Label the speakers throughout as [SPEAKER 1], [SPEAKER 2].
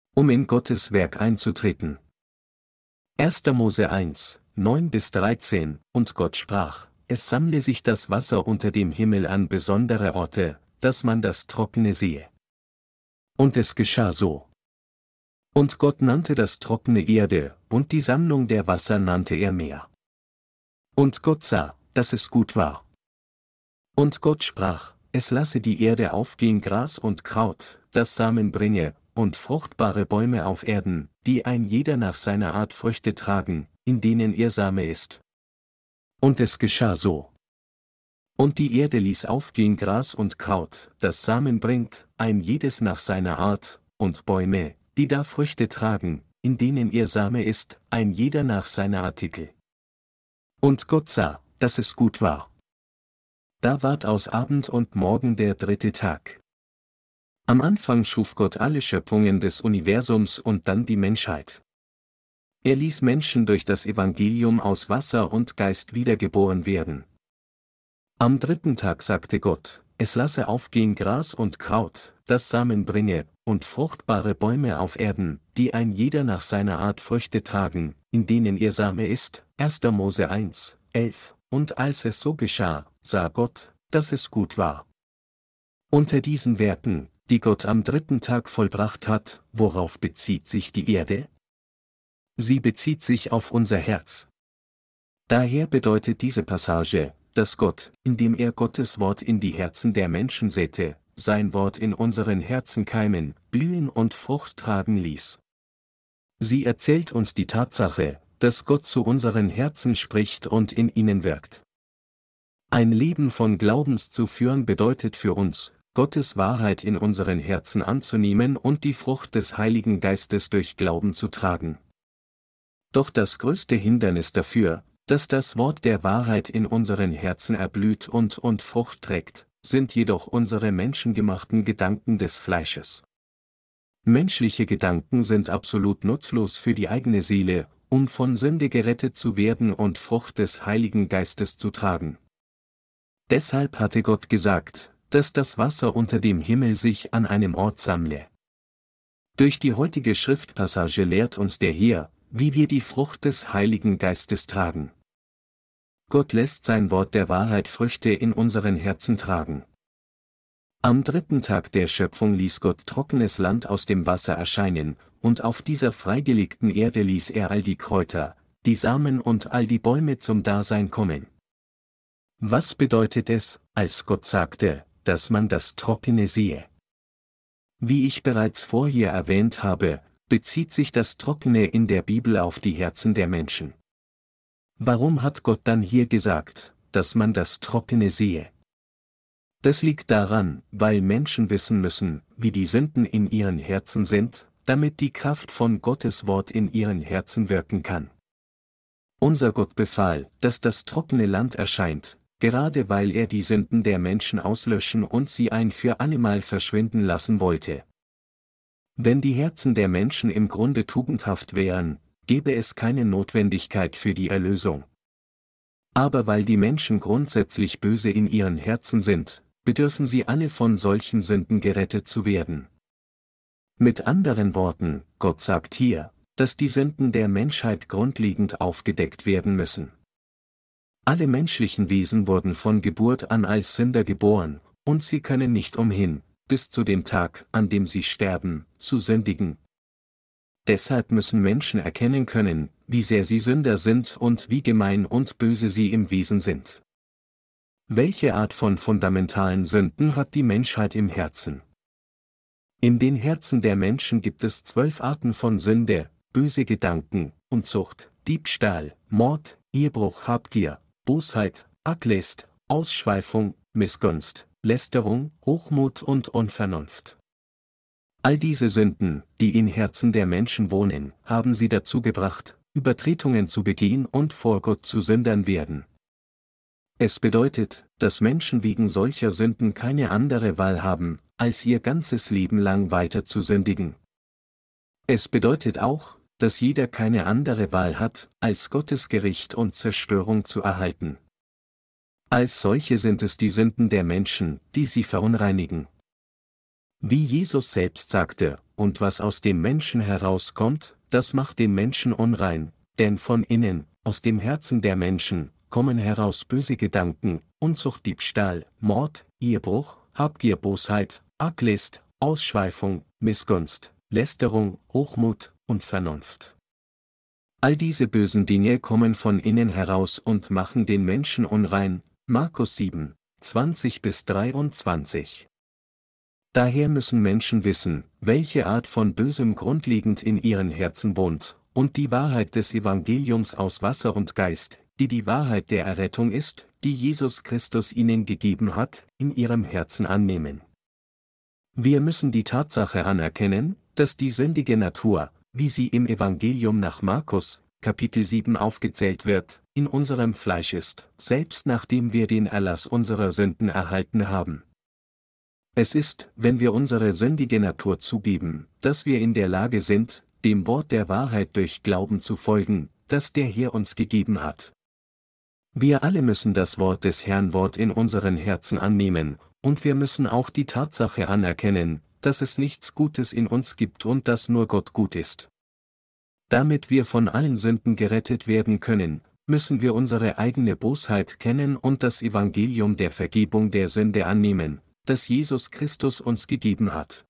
[SPEAKER 1] um in Gottes Werk einzutreten. 1. Mose 1, 9-13, und Gott sprach, es sammle sich das Wasser unter dem Himmel an besondere Orte, dass man das Trockene sehe. Und es geschah so. Und Gott nannte das Trockene Erde, und die Sammlung der Wasser nannte er Meer. Und Gott sah, dass es gut war. Und Gott sprach, es lasse die Erde aufgehen Gras und Kraut, das Samen bringe, und fruchtbare Bäume auf Erden, die ein jeder nach seiner Art Früchte tragen, in denen ihr Same ist. Und es geschah so. Und die Erde ließ aufgehen Gras und Kraut, das Samen bringt, ein jedes nach seiner Art, und Bäume, die da Früchte tragen, in denen ihr Same ist, ein jeder nach seiner Artikel. Und Gott sah, dass es gut war. Da ward aus Abend und Morgen der 3. Tag. Am Anfang schuf Gott alle Schöpfungen des Universums und dann die Menschheit. Er ließ Menschen durch das Evangelium aus Wasser und Geist wiedergeboren werden. Am 3. Tag sagte Gott, es lasse aufgehen Gras und Kraut, das Samen bringe, und fruchtbare Bäume auf Erden, die ein jeder nach seiner Art Früchte tragen, in denen ihr Same ist. 1. Mose 1, 11. Und als es so geschah, sah Gott, dass es gut war. Unter diesen Werken, die Gott am 3. Tag vollbracht hat, worauf bezieht sich die Erde? Sie bezieht sich auf unser Herz. Daher bedeutet diese Passage, dass Gott, indem er Gottes Wort in die Herzen der Menschen säte, sein Wort in unseren Herzen keimen, blühen und Frucht tragen ließ. Sie erzählt uns die Tatsache, dass Gott zu unseren Herzen spricht und in ihnen wirkt. Ein Leben von Glaubens zu führen bedeutet für uns, Gottes Wahrheit in unseren Herzen anzunehmen und die Frucht des Heiligen Geistes durch Glauben zu tragen. Doch das größte Hindernis dafür, dass das Wort der Wahrheit in unseren Herzen erblüht und Frucht trägt, sind jedoch unsere menschengemachten Gedanken des Fleisches. Menschliche Gedanken sind absolut nutzlos für die eigene Seele, um von Sünde gerettet zu werden und Frucht des Heiligen Geistes zu tragen. Deshalb hatte Gott gesagt, dass das Wasser unter dem Himmel sich an einem Ort sammle. Durch die heutige Schriftpassage lehrt uns der Herr, wie wir die Frucht des Heiligen Geistes tragen. Gott lässt sein Wort der Wahrheit Früchte in unseren Herzen tragen. Am 3. Tag der Schöpfung ließ Gott trockenes Land aus dem Wasser erscheinen, und auf dieser freigelegten Erde ließ er all die Kräuter, die Samen und all die Bäume zum Dasein kommen. Was bedeutet es, als Gott sagte, dass man das Trockene sehe? Wie ich bereits vorher erwähnt habe, bezieht sich das Trockene in der Bibel auf die Herzen der Menschen. Warum hat Gott dann hier gesagt, dass man das Trockene sehe? Das liegt daran, weil Menschen wissen müssen, wie die Sünden in ihren Herzen sind, damit die Kraft von Gottes Wort in ihren Herzen wirken kann. Unser Gott befahl, dass das trockene Land erscheint, gerade weil er die Sünden der Menschen auslöschen und sie ein für allemal verschwinden lassen wollte. Wenn die Herzen der Menschen im Grunde tugendhaft wären, gäbe es keine Notwendigkeit für die Erlösung. Aber weil die Menschen grundsätzlich böse in ihren Herzen sind, bedürfen sie alle von solchen Sünden gerettet zu werden. Mit anderen Worten, Gott sagt hier, dass die Sünden der Menschheit grundlegend aufgedeckt werden müssen. Alle menschlichen Wesen wurden von Geburt an als Sünder geboren, und sie können nicht umhin, bis zu dem Tag, an dem sie sterben, zu sündigen. Deshalb müssen Menschen erkennen können, wie sehr sie Sünder sind und wie gemein und böse sie im Wesen sind. Welche Art von fundamentalen Sünden hat die Menschheit im Herzen? In den Herzen der Menschen gibt es 12 Arten von Sünde: böse Gedanken, Unzucht, Diebstahl, Mord, Ehebruch, Habgier, Bosheit, Arglist, Ausschweifung, Missgunst, Lästerung, Hochmut und Unvernunft. All diese Sünden, die in Herzen der Menschen wohnen, haben sie dazu gebracht, Übertretungen zu begehen und vor Gott zu Sündern werden. Es bedeutet, dass Menschen wegen solcher Sünden keine andere Wahl haben, als ihr ganzes Leben lang weiter zu sündigen. Es bedeutet auch, dass jeder keine andere Wahl hat, als Gottes Gericht und Zerstörung zu erhalten. Als solche sind es die Sünden der Menschen, die sie verunreinigen. Wie Jesus selbst sagte, und was aus dem Menschen herauskommt, das macht den Menschen unrein, denn von innen, aus dem Herzen der Menschen, kommen heraus böse Gedanken, Unzucht, Diebstahl, Mord, Ehebruch, Habgier, Bosheit, Arglist, Ausschweifung, Missgunst, Lästerung, Hochmut und Vernunft. All diese bösen Dinge kommen von innen heraus und machen den Menschen unrein. Markus 7, 20-23. Daher müssen Menschen wissen, welche Art von Bösem grundlegend in ihren Herzen wohnt, und die Wahrheit des Evangeliums aus Wasser und Geist, die die Wahrheit der Errettung ist, die Jesus Christus ihnen gegeben hat, in ihrem Herzen annehmen. Wir müssen die Tatsache anerkennen, dass die sündige Natur, wie sie im Evangelium nach Markus, Kapitel 7 aufgezählt wird, in unserem Fleisch ist, selbst nachdem wir den Erlass unserer Sünden erhalten haben. Es ist, wenn wir unsere sündige Natur zugeben, dass wir in der Lage sind, dem Wort der Wahrheit durch Glauben zu folgen, das der Herr uns gegeben hat. Wir alle müssen das Wort des Herrn Wort in unseren Herzen annehmen, und wir müssen auch die Tatsache anerkennen, dass es nichts Gutes in uns gibt und dass nur Gott gut ist. Damit wir von allen Sünden gerettet werden können, müssen wir unsere eigene Bosheit kennen und das Evangelium der Vergebung der Sünde annehmen, das Jesus Christus uns gegeben hat.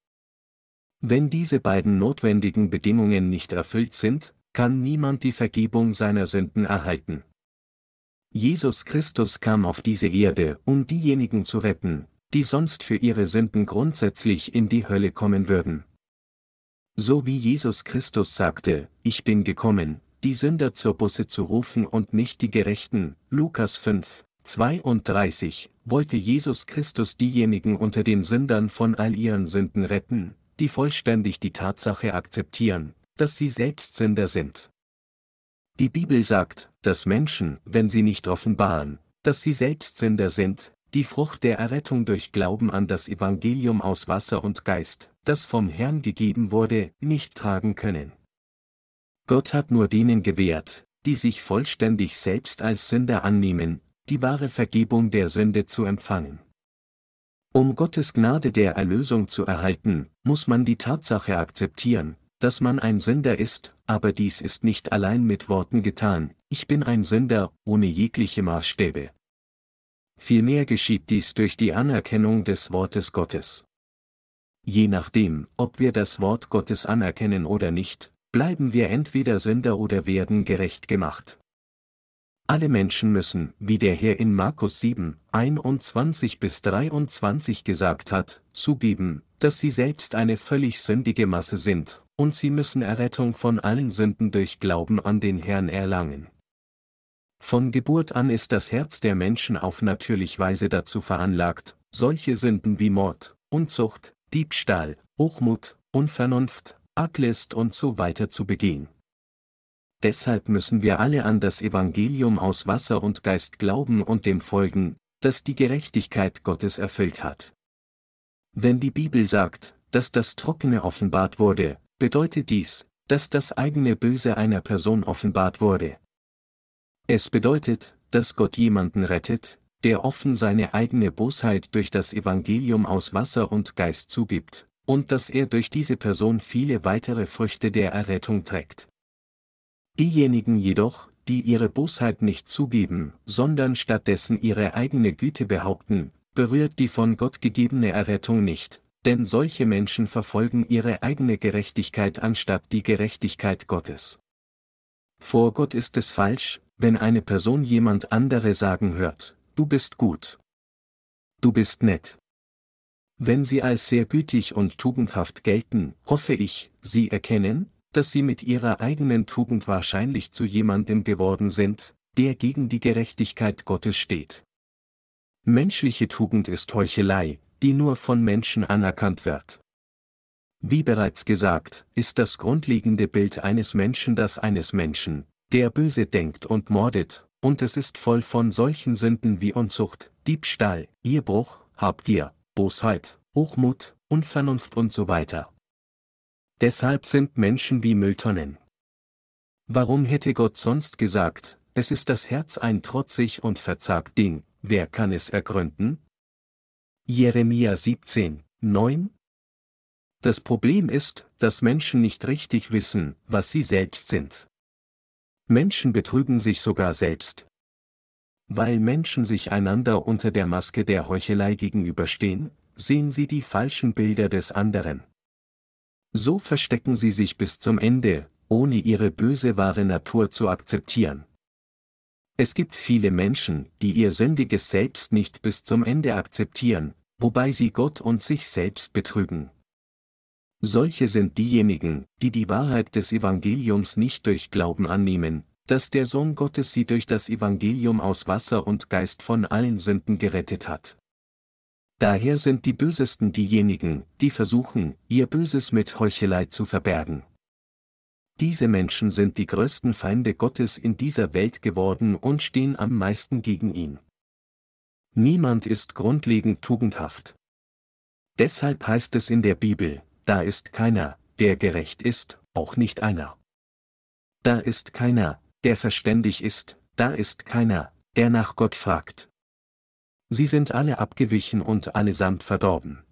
[SPEAKER 1] Wenn diese beiden notwendigen Bedingungen nicht erfüllt sind, kann niemand die Vergebung seiner Sünden erhalten. Jesus Christus kam auf diese Erde, um diejenigen zu retten, die sonst für ihre Sünden grundsätzlich in die Hölle kommen würden. So wie Jesus Christus sagte, ich bin gekommen, die Sünder zur Buße zu rufen und nicht die Gerechten, Lukas 5, 32, wollte Jesus Christus diejenigen unter den Sündern von all ihren Sünden retten, die vollständig die Tatsache akzeptieren, dass sie selbst Sünder sind. Die Bibel sagt, dass Menschen, wenn sie nicht offenbaren, dass sie selbst Sünder sind, die Frucht der Errettung durch Glauben an das Evangelium aus Wasser und Geist, das vom Herrn gegeben wurde, nicht tragen können. Gott hat nur denen gewährt, die sich vollständig selbst als Sünder annehmen, die wahre Vergebung der Sünde zu empfangen. Um Gottes Gnade der Erlösung zu erhalten, muss man die Tatsache akzeptieren, dass man ein Sünder ist, aber dies ist nicht allein mit Worten getan, ich bin ein Sünder, ohne jegliche Maßstäbe. Vielmehr geschieht dies durch die Anerkennung des Wortes Gottes. Je nachdem, ob wir das Wort Gottes anerkennen oder nicht, bleiben wir entweder Sünder oder werden gerecht gemacht. Alle Menschen müssen, wie der Herr in Markus 7, 21-23 gesagt hat, zugeben, dass sie selbst eine völlig sündige Masse sind, und sie müssen Errettung von allen Sünden durch Glauben an den Herrn erlangen. Von Geburt an ist das Herz der Menschen auf natürliche Weise dazu veranlagt, solche Sünden wie Mord, Unzucht, Diebstahl, Hochmut, Unvernunft, Arglist und so weiter zu begehen. Deshalb müssen wir alle an das Evangelium aus Wasser und Geist glauben und dem folgen, das die Gerechtigkeit Gottes erfüllt hat. Wenn die Bibel sagt, dass das Trockene offenbart wurde, bedeutet dies, dass das eigene Böse einer Person offenbart wurde. Es bedeutet, dass Gott jemanden rettet, der offen seine eigene Bosheit durch das Evangelium aus Wasser und Geist zugibt, und dass er durch diese Person viele weitere Früchte der Errettung trägt. Diejenigen jedoch, die ihre Bosheit nicht zugeben, sondern stattdessen ihre eigene Güte behaupten, berührt die von Gott gegebene Errettung nicht, denn solche Menschen verfolgen ihre eigene Gerechtigkeit anstatt die Gerechtigkeit Gottes. Vor Gott ist es falsch, wenn eine Person jemand andere sagen hört, du bist gut. Du bist nett. Wenn sie als sehr gütig und tugendhaft gelten, hoffe ich, sie erkennen, dass sie mit ihrer eigenen Tugend wahrscheinlich zu jemandem geworden sind, der gegen die Gerechtigkeit Gottes steht. Menschliche Tugend ist Heuchelei, die nur von Menschen anerkannt wird. Wie bereits gesagt, ist das grundlegende Bild eines Menschen das eines Menschen, der böse denkt und mordet, und es ist voll von solchen Sünden wie Unzucht, Diebstahl, Ehebruch, Habgier, Bosheit, Hochmut, Unvernunft und so weiter. Deshalb sind Menschen wie Mülltonnen. Warum hätte Gott sonst gesagt, es ist das Herz ein trotzig und verzagt Ding, wer kann es ergründen? Jeremia 17, 9 Das Problem ist, dass Menschen nicht richtig wissen, was sie selbst sind. Menschen betrügen sich sogar selbst. Weil Menschen sich einander unter der Maske der Heuchelei gegenüberstehen, sehen sie die falschen Bilder des anderen. So verstecken sie sich bis zum Ende, ohne ihre böse wahre Natur zu akzeptieren. Es gibt viele Menschen, die ihr sündiges Selbst nicht bis zum Ende akzeptieren, wobei sie Gott und sich selbst betrügen. Solche sind diejenigen, die die Wahrheit des Evangeliums nicht durch Glauben annehmen, dass der Sohn Gottes sie durch das Evangelium aus Wasser und Geist von allen Sünden gerettet hat. Daher sind die Bösesten diejenigen, die versuchen, ihr Böses mit Heuchelei zu verbergen. Diese Menschen sind die größten Feinde Gottes in dieser Welt geworden und stehen am meisten gegen ihn. Niemand ist grundlegend tugendhaft. Deshalb heißt es in der Bibel, da ist keiner, der gerecht ist, auch nicht einer. Da ist keiner, der verständig ist, da ist keiner, der nach Gott fragt. Sie sind alle abgewichen und allesamt verdorben.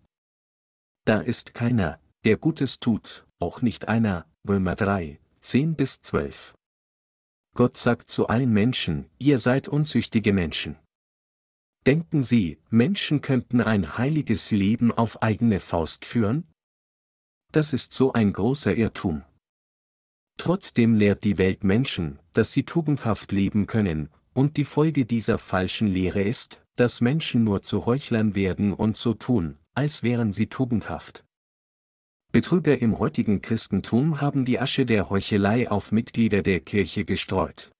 [SPEAKER 1] Da ist keiner, der Gutes tut, auch nicht einer, Römer 3, 10-12. Gott sagt zu allen Menschen, ihr seid unzüchtige Menschen. Denken Sie, Menschen könnten ein heiliges Leben auf eigene Faust führen? Das ist so ein großer Irrtum. Trotzdem lehrt die Welt Menschen, dass sie tugendhaft leben können, und die Folge dieser falschen Lehre ist, dass Menschen nur zu Heuchlern werden und so tun, als wären sie tugendhaft. Betrüger im heutigen Christentum haben die Asche der Heuchelei auf Mitglieder der Kirche gestreut.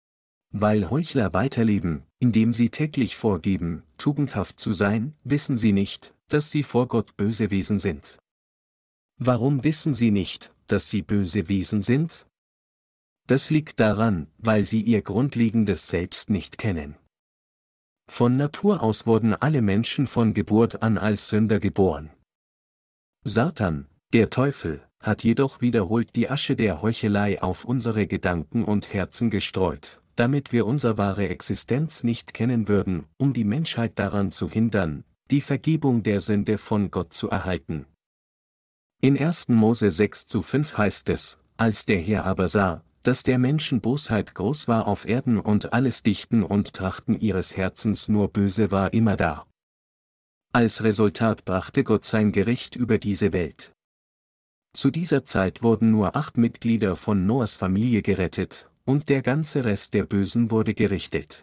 [SPEAKER 1] Weil Heuchler weiterleben, indem sie täglich vorgeben, tugendhaft zu sein, wissen sie nicht, dass sie vor Gott böse Wesen sind. Warum wissen sie nicht, dass sie böse Wesen sind? Das liegt daran, weil sie ihr grundlegendes Selbst nicht kennen. Von Natur aus wurden alle Menschen von Geburt an als Sünder geboren. Satan, der Teufel, hat jedoch wiederholt die Asche der Heuchelei auf unsere Gedanken und Herzen gestreut, damit wir unsere wahre Existenz nicht kennen würden, um die Menschheit daran zu hindern, die Vergebung der Sünde von Gott zu erhalten. In 1. Mose 6:5 heißt es, als der Herr aber sah, dass der Menschen Bosheit groß war auf Erden und alles Dichten und Trachten ihres Herzens nur böse war immer da. Als Resultat brachte Gott sein Gericht über diese Welt. Zu dieser Zeit wurden nur 8 Mitglieder von Noahs Familie gerettet, und der ganze Rest der Bösen wurde gerichtet.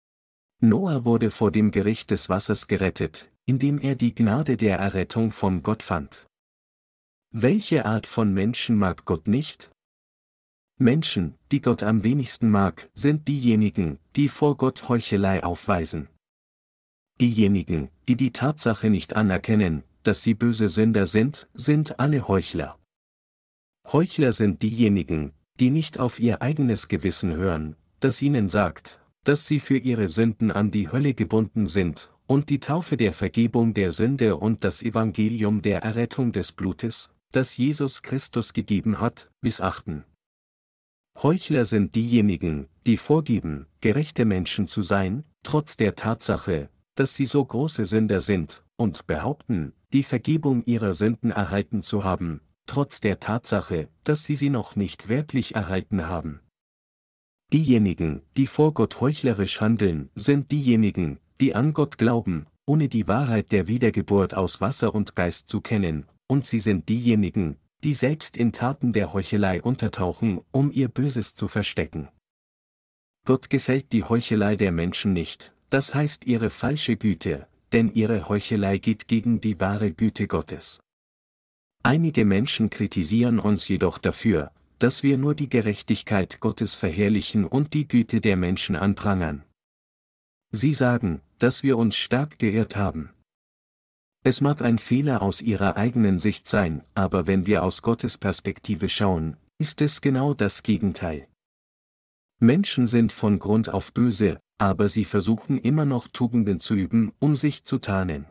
[SPEAKER 1] Noah wurde vor dem Gericht des Wassers gerettet, indem er die Gnade der Errettung von Gott fand. Welche Art von Menschen mag Gott nicht? Menschen, die Gott am wenigsten mag, sind diejenigen, die vor Gott Heuchelei aufweisen. Diejenigen, die die Tatsache nicht anerkennen, dass sie böse Sünder sind, sind alle Heuchler. Heuchler sind diejenigen, die nicht auf ihr eigenes Gewissen hören, das ihnen sagt, dass sie für ihre Sünden an die Hölle gebunden sind, und die Taufe der Vergebung der Sünde und das Evangelium der Errettung des Blutes, das Jesus Christus gegeben hat, missachten. Heuchler sind diejenigen, die vorgeben, gerechte Menschen zu sein, trotz der Tatsache, dass sie so große Sünder sind, und behaupten, die Vergebung ihrer Sünden erhalten zu haben, trotz der Tatsache, dass sie noch nicht wirklich erhalten haben. Diejenigen, die vor Gott heuchlerisch handeln, sind diejenigen, die an Gott glauben, ohne die Wahrheit der Wiedergeburt aus Wasser und Geist zu kennen, und sie sind diejenigen, die selbst in Taten der Heuchelei untertauchen, um ihr Böses zu verstecken. Gott gefällt die Heuchelei der Menschen nicht, das heißt ihre falsche Güte, denn ihre Heuchelei geht gegen die wahre Güte Gottes. Einige Menschen kritisieren uns jedoch dafür, dass wir nur die Gerechtigkeit Gottes verherrlichen und die Güte der Menschen anprangern. Sie sagen, dass wir uns stark geirrt haben. Es mag ein Fehler aus ihrer eigenen Sicht sein, aber wenn wir aus Gottes Perspektive schauen, ist es genau das Gegenteil. Menschen sind von Grund auf böse, aber sie versuchen immer noch Tugenden zu üben, um sich zu tarnen.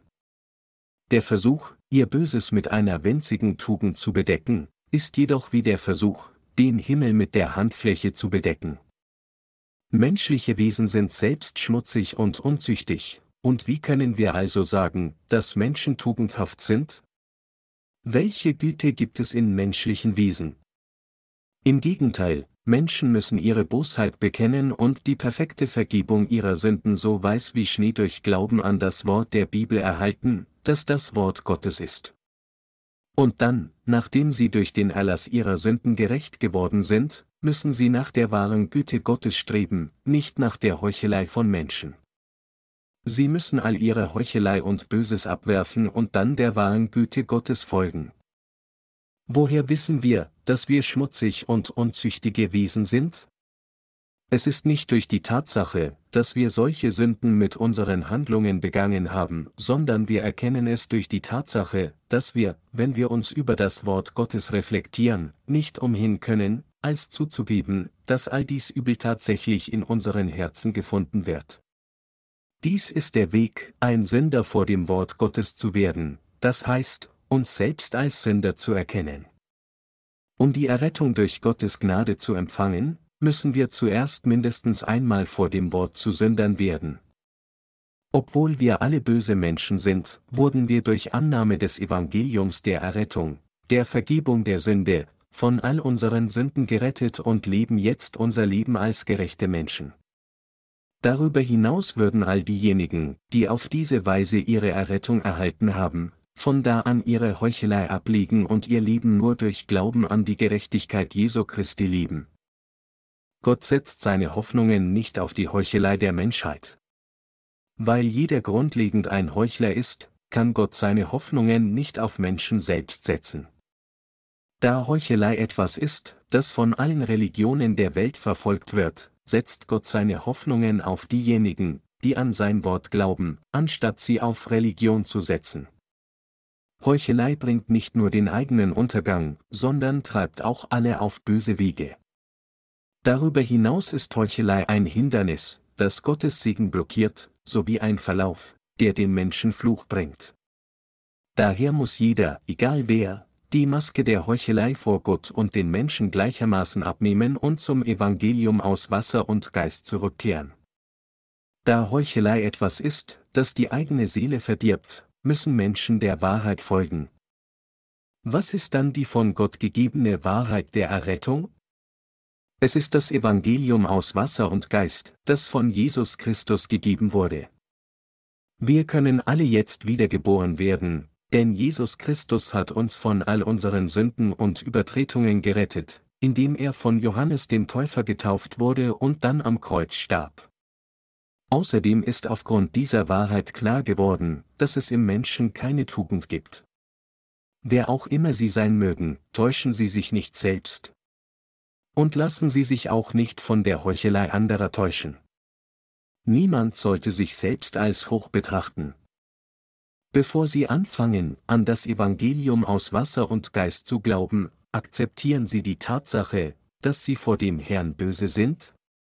[SPEAKER 1] Der Versuch, ihr Böses mit einer winzigen Tugend zu bedecken, ist jedoch wie der Versuch, den Himmel mit der Handfläche zu bedecken. Menschliche Wesen sind selbst schmutzig und unzüchtig, und wie können wir also sagen, dass Menschen tugendhaft sind? Welche Güte gibt es in menschlichen Wesen? Im Gegenteil, Menschen müssen ihre Bosheit bekennen und die perfekte Vergebung ihrer Sünden so weiß wie Schnee durch Glauben an das Wort der Bibel erhalten, das das Wort Gottes ist. Und dann, nachdem sie durch den Erlass ihrer Sünden gerecht geworden sind, müssen sie nach der wahren Güte Gottes streben, nicht nach der Heuchelei von Menschen. Sie müssen all ihre Heuchelei und Böses abwerfen und dann der wahren Güte Gottes folgen. Woher wissen wir, dass wir schmutzig und unzüchtige Wesen sind? Es ist nicht durch die Tatsache, dass wir solche Sünden mit unseren Handlungen begangen haben, sondern wir erkennen es durch die Tatsache, dass wir, wenn wir uns über das Wort Gottes reflektieren, nicht umhin können, als zuzugeben, dass all dies Übel tatsächlich in unseren Herzen gefunden wird. Dies ist der Weg, ein Sünder vor dem Wort Gottes zu werden, das heißt, uns selbst als Sünder zu erkennen. Um die Errettung durch Gottes Gnade zu empfangen, müssen wir zuerst mindestens einmal vor dem Wort zu Sündern werden. Obwohl wir alle böse Menschen sind, wurden wir durch Annahme des Evangeliums der Errettung, der Vergebung der Sünde, von all unseren Sünden gerettet und leben jetzt unser Leben als gerechte Menschen. Darüber hinaus würden all diejenigen, die auf diese Weise ihre Errettung erhalten haben, von da an ihre Heuchelei ablegen und ihr Leben nur durch Glauben an die Gerechtigkeit Jesu Christi leben. Gott setzt seine Hoffnungen nicht auf die Heuchelei der Menschheit. Weil jeder grundlegend ein Heuchler ist, kann Gott seine Hoffnungen nicht auf Menschen selbst setzen. Da Heuchelei etwas ist, das von allen Religionen der Welt verfolgt wird, setzt Gott seine Hoffnungen auf diejenigen, die an sein Wort glauben, anstatt sie auf Religion zu setzen. Heuchelei bringt nicht nur den eigenen Untergang, sondern treibt auch alle auf böse Wege. Darüber hinaus ist Heuchelei ein Hindernis, das Gottes Segen blockiert, sowie ein Verlauf, der den Menschen Fluch bringt. Daher muss jeder, egal wer, die Maske der Heuchelei vor Gott und den Menschen gleichermaßen abnehmen und zum Evangelium aus Wasser und Geist zurückkehren. Da Heuchelei etwas ist, das die eigene Seele verdirbt, müssen Menschen der Wahrheit folgen. Was ist dann die von Gott gegebene Wahrheit der Errettung? Es ist das Evangelium aus Wasser und Geist, das von Jesus Christus gegeben wurde. Wir können alle jetzt wiedergeboren werden, denn Jesus Christus hat uns von all unseren Sünden und Übertretungen gerettet, indem er von Johannes dem Täufer getauft wurde und dann am Kreuz starb. Außerdem ist aufgrund dieser Wahrheit klar geworden, dass es im Menschen keine Tugend gibt. Wer auch immer sie sein mögen, täuschen sie sich nicht selbst. Und lassen sie sich auch nicht von der Heuchelei anderer täuschen. Niemand sollte sich selbst als hoch betrachten. Bevor Sie anfangen, an das Evangelium aus Wasser und Geist zu glauben, akzeptieren Sie die Tatsache, dass Sie vor dem Herrn böse sind?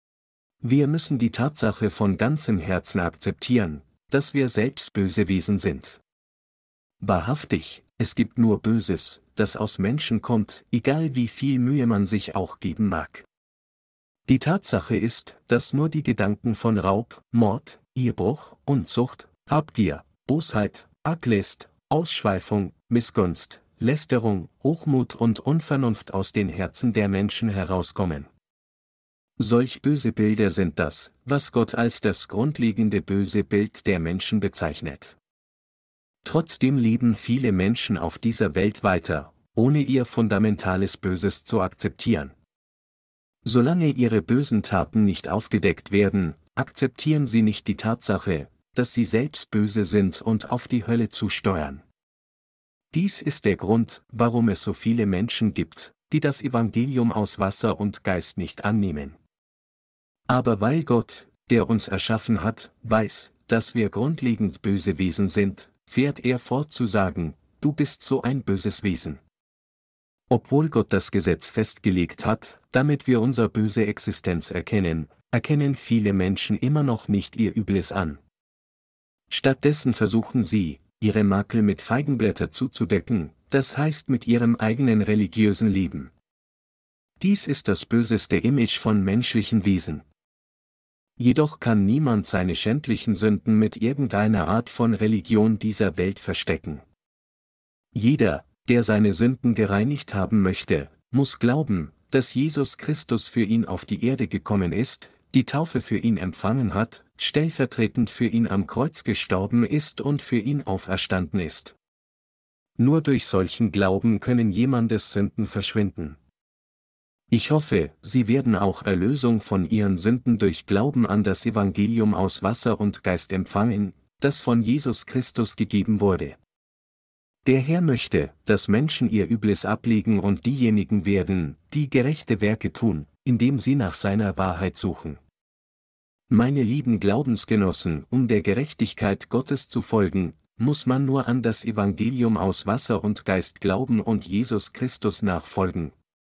[SPEAKER 1] Wir müssen die Tatsache von ganzem Herzen akzeptieren, dass wir selbst böse Wesen sind. Wahrhaftig, es gibt nur Böses, das aus Menschen kommt, egal wie viel Mühe man sich auch geben mag. Die Tatsache ist, dass nur die Gedanken von Raub, Mord, Ehebruch, Unzucht, Habgier, Bosheit, Arglist, Ausschweifung, Missgunst, Lästerung, Hochmut und Unvernunft aus den Herzen der Menschen herauskommen. Solch böse Bilder sind das, was Gott als das grundlegende böse Bild der Menschen bezeichnet. Trotzdem leben viele Menschen auf dieser Welt weiter, ohne ihr fundamentales Böses zu akzeptieren. Solange ihre bösen Taten nicht aufgedeckt werden, akzeptieren sie nicht die Tatsache, dass sie selbst böse sind und auf die Hölle zusteuern. Dies ist der Grund, warum es so viele Menschen gibt, die das Evangelium aus Wasser und Geist nicht annehmen. Aber weil Gott, der uns erschaffen hat, weiß, dass wir grundlegend böse Wesen sind, fährt er fort zu sagen, du bist so ein böses Wesen. Obwohl Gott das Gesetz festgelegt hat, damit wir unsere böse Existenz erkennen, erkennen viele Menschen immer noch nicht ihr Übles an. Stattdessen versuchen sie, ihre Makel mit Feigenblätter zuzudecken, das heißt mit ihrem eigenen religiösen Leben. Dies ist das böseste Image von menschlichen Wesen. Jedoch kann niemand seine schändlichen Sünden mit irgendeiner Art von Religion dieser Welt verstecken. Jeder, der seine Sünden gereinigt haben möchte, muss glauben, dass Jesus Christus für ihn auf die Erde gekommen ist, die Taufe für ihn empfangen hat, stellvertretend für ihn am Kreuz gestorben ist und für ihn auferstanden ist. Nur durch solchen Glauben können jemandes Sünden verschwinden. Ich hoffe, Sie werden auch Erlösung von Ihren Sünden durch Glauben an das Evangelium aus Wasser und Geist empfangen, das von Jesus Christus gegeben wurde. Der Herr möchte, dass Menschen ihr Übles ablegen und diejenigen werden, die gerechte Werke tun, indem sie nach seiner Wahrheit suchen. Meine lieben Glaubensgenossen, um der Gerechtigkeit Gottes zu folgen, muss man nur an das Evangelium aus Wasser und Geist glauben und Jesus Christus nachfolgen.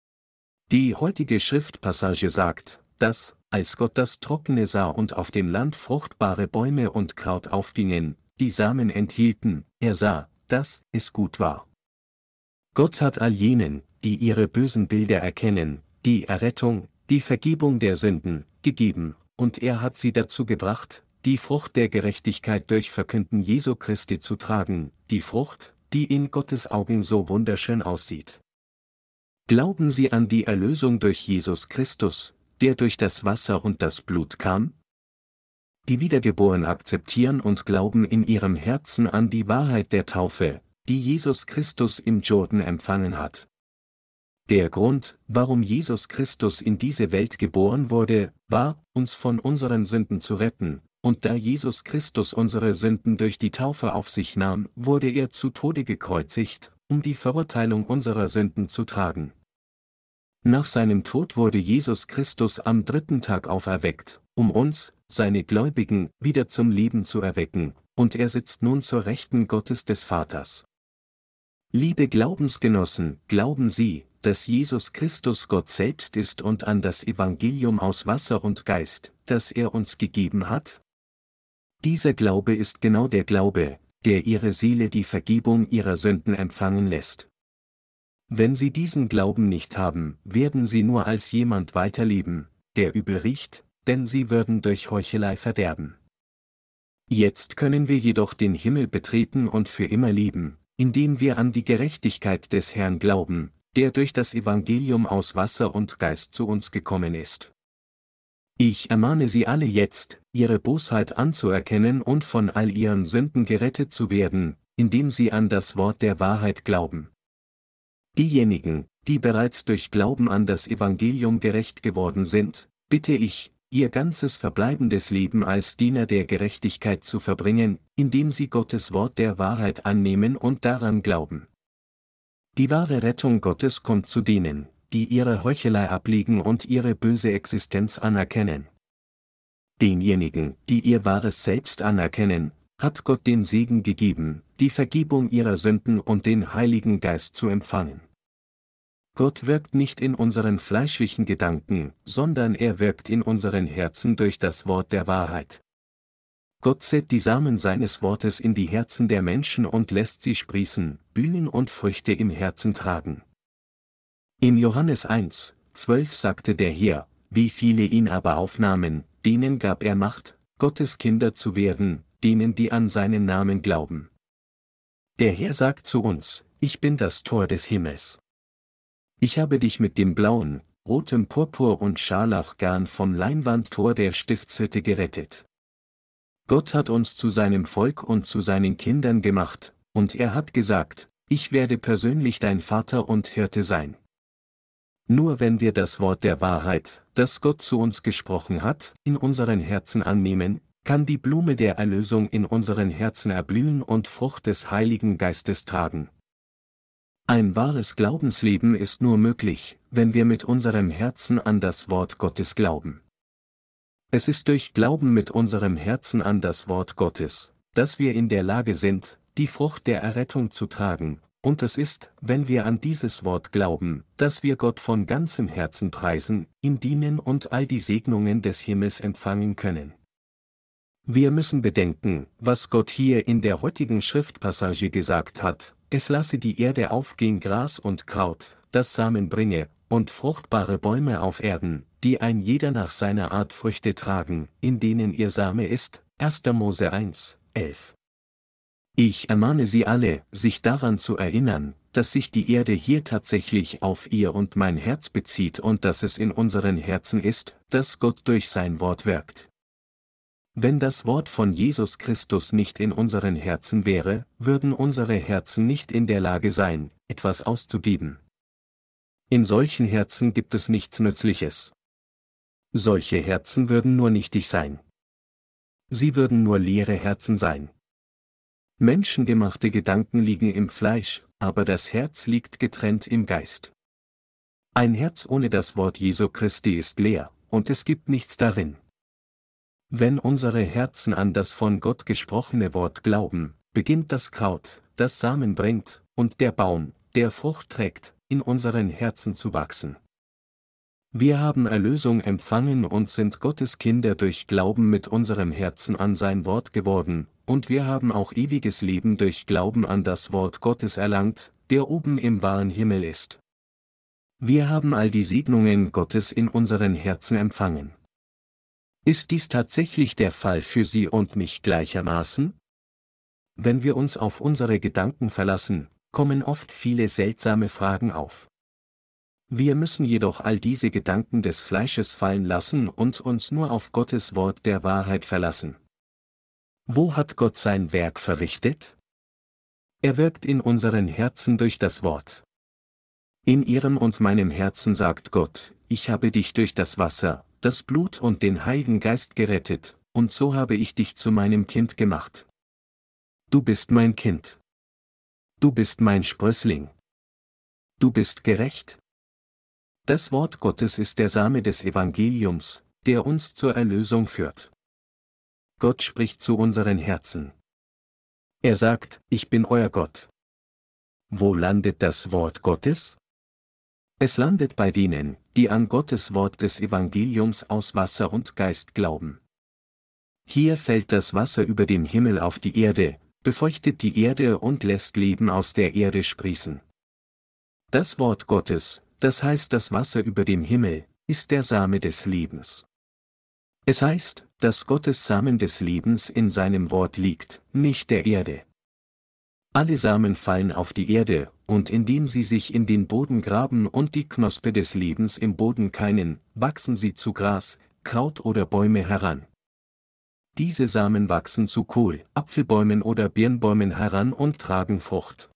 [SPEAKER 1] Die heutige Schriftpassage sagt, dass, als Gott das Trockene sah und auf dem Land fruchtbare Bäume und Kraut aufgingen, die Samen enthielten, er sah, dass es gut war. Gott hat all jenen, die ihre bösen Bilder erkennen, die Errettung, die Vergebung der Sünden, gegeben, und er hat sie dazu gebracht, die Frucht der Gerechtigkeit durch Verkünden Jesu Christi zu tragen, die Frucht, die in Gottes Augen so wunderschön aussieht. Glauben Sie an die Erlösung durch Jesus Christus, der durch das Wasser und das Blut kam? Die Wiedergeborenen akzeptieren und glauben in ihrem Herzen an die Wahrheit der Taufe, die Jesus Christus im Jordan empfangen hat. Der Grund, warum Jesus Christus in diese Welt geboren wurde, war, uns von unseren Sünden zu retten, und da Jesus Christus unsere Sünden durch die Taufe auf sich nahm, wurde er zu Tode gekreuzigt, um die Verurteilung unserer Sünden zu tragen. Nach seinem Tod wurde Jesus Christus am 3. Tag auferweckt, um uns, seine Gläubigen, wieder zum Leben zu erwecken, und er sitzt nun zur Rechten Gottes des Vaters. Liebe Glaubensgenossen, glauben Sie, dass Jesus Christus Gott selbst ist und an das Evangelium aus Wasser und Geist, das er uns gegeben hat? Dieser Glaube ist genau der Glaube, der Ihre Seele die Vergebung ihrer Sünden empfangen lässt. Wenn Sie diesen Glauben nicht haben, werden Sie nur als jemand weiterleben, der übel riecht, denn Sie würden durch Heuchelei verderben. Jetzt können wir jedoch den Himmel betreten und für immer leben, indem wir an die Gerechtigkeit des Herrn glauben, der durch das Evangelium aus Wasser und Geist zu uns gekommen ist. Ich ermahne Sie alle jetzt, Ihre Bosheit anzuerkennen und von all Ihren Sünden gerettet zu werden, indem Sie an das Wort der Wahrheit glauben. Diejenigen, die bereits durch Glauben an das Evangelium gerecht geworden sind, bitte ich, ihr ganzes verbleibendes Leben als Diener der Gerechtigkeit zu verbringen, indem sie Gottes Wort der Wahrheit annehmen und daran glauben. Die wahre Rettung Gottes kommt zu denen, die ihre Heuchelei ablegen und ihre böse Existenz anerkennen. Denjenigen, die ihr wahres Selbst anerkennen, hat Gott den Segen gegeben, die Vergebung ihrer Sünden und den Heiligen Geist zu empfangen. Gott wirkt nicht in unseren fleischlichen Gedanken, sondern er wirkt in unseren Herzen durch das Wort der Wahrheit. Gott sät die Samen seines Wortes in die Herzen der Menschen und lässt sie sprießen, blühen und Früchte im Herzen tragen. In Johannes 1,12 sagte der Herr, wie viele ihn aber aufnahmen, denen gab er Macht, Gottes Kinder zu werden, denen die an seinen Namen glauben. Der Herr sagt zu uns, ich bin das Tor des Himmels. Ich habe dich mit dem blauen, rotem Purpur und Scharlachgarn vom Leinwandtor der Stiftshütte gerettet. Gott hat uns zu seinem Volk und zu seinen Kindern gemacht, und er hat gesagt, ich werde persönlich dein Vater und Hirte sein. Nur wenn wir das Wort der Wahrheit, das Gott zu uns gesprochen hat, in unseren Herzen annehmen, kann die Blume der Erlösung in unseren Herzen erblühen und Frucht des Heiligen Geistes tragen. Ein wahres Glaubensleben ist nur möglich, wenn wir mit unserem Herzen an das Wort Gottes glauben. Es ist durch Glauben mit unserem Herzen an das Wort Gottes, dass wir in der Lage sind, die Frucht der Errettung zu tragen, und es ist, wenn wir an dieses Wort glauben, dass wir Gott von ganzem Herzen preisen, ihm dienen und all die Segnungen des Himmels empfangen können. Wir müssen bedenken, was Gott hier in der heutigen Schriftpassage gesagt hat, es lasse die Erde aufgehen Gras und Kraut, das Samen bringe, und fruchtbare Bäume auf Erden, die ein jeder nach seiner Art Früchte tragen, in denen ihr Same ist, 1. Mose 1,11. Ich ermahne Sie alle, sich daran zu erinnern, dass sich die Erde hier tatsächlich auf ihr und mein Herz bezieht und dass es in unseren Herzen ist, dass Gott durch sein Wort wirkt. Wenn das Wort von Jesus Christus nicht in unseren Herzen wäre, würden unsere Herzen nicht in der Lage sein, etwas auszugeben. In solchen Herzen gibt es nichts Nützliches. Solche Herzen würden nur nichtig sein. Sie würden nur leere Herzen sein. Menschengemachte Gedanken liegen im Fleisch, aber das Herz liegt getrennt im Geist. Ein Herz ohne das Wort Jesu Christi ist leer, und es gibt nichts darin. Wenn unsere Herzen an das von Gott gesprochene Wort glauben, beginnt das Kraut, das Samen bringt, und der Baum, der Frucht trägt, in unseren Herzen zu wachsen. Wir haben Erlösung empfangen und sind Gottes Kinder durch Glauben mit unserem Herzen an sein Wort geworden, und wir haben auch ewiges Leben durch Glauben an das Wort Gottes erlangt, der oben im wahren Himmel ist. Wir haben all die Segnungen Gottes in unseren Herzen empfangen. Ist dies tatsächlich der Fall für Sie und mich gleichermaßen? Wenn wir uns auf unsere Gedanken verlassen, kommen oft viele seltsame Fragen auf. Wir müssen jedoch all diese Gedanken des Fleisches fallen lassen und uns nur auf Gottes Wort der Wahrheit verlassen. Wo hat Gott sein Werk verrichtet? Er wirkt in unseren Herzen durch das Wort. In Ihrem und meinem Herzen sagt Gott: Ich habe dich durch das Wasser, das Blut und den Heiligen Geist gerettet, und so habe ich dich zu meinem Kind gemacht. Du bist mein Kind. Du bist mein Sprössling. Du bist gerecht. Das Wort Gottes ist der Same des Evangeliums, der uns zur Erlösung führt. Gott spricht zu unseren Herzen. Er sagt: Ich bin euer Gott. Wo landet das Wort Gottes? Es landet bei denen, die an Gottes Wort des Evangeliums aus Wasser und Geist glauben. Hier fällt das Wasser über dem Himmel auf die Erde, befeuchtet die Erde und lässt Leben aus der Erde sprießen. Das Wort Gottes, das heißt das Wasser über dem Himmel, ist der Same des Lebens. Es heißt, dass Gottes Samen des Lebens in seinem Wort liegt, nicht der Erde. Alle Samen fallen auf die Erde, und indem sie sich in den Boden graben und die Knospe des Lebens im Boden keinen, wachsen sie zu Gras, Kraut oder Bäume heran. Diese Samen wachsen zu Kohl, Apfelbäumen oder Birnbäumen heran und tragen Frucht.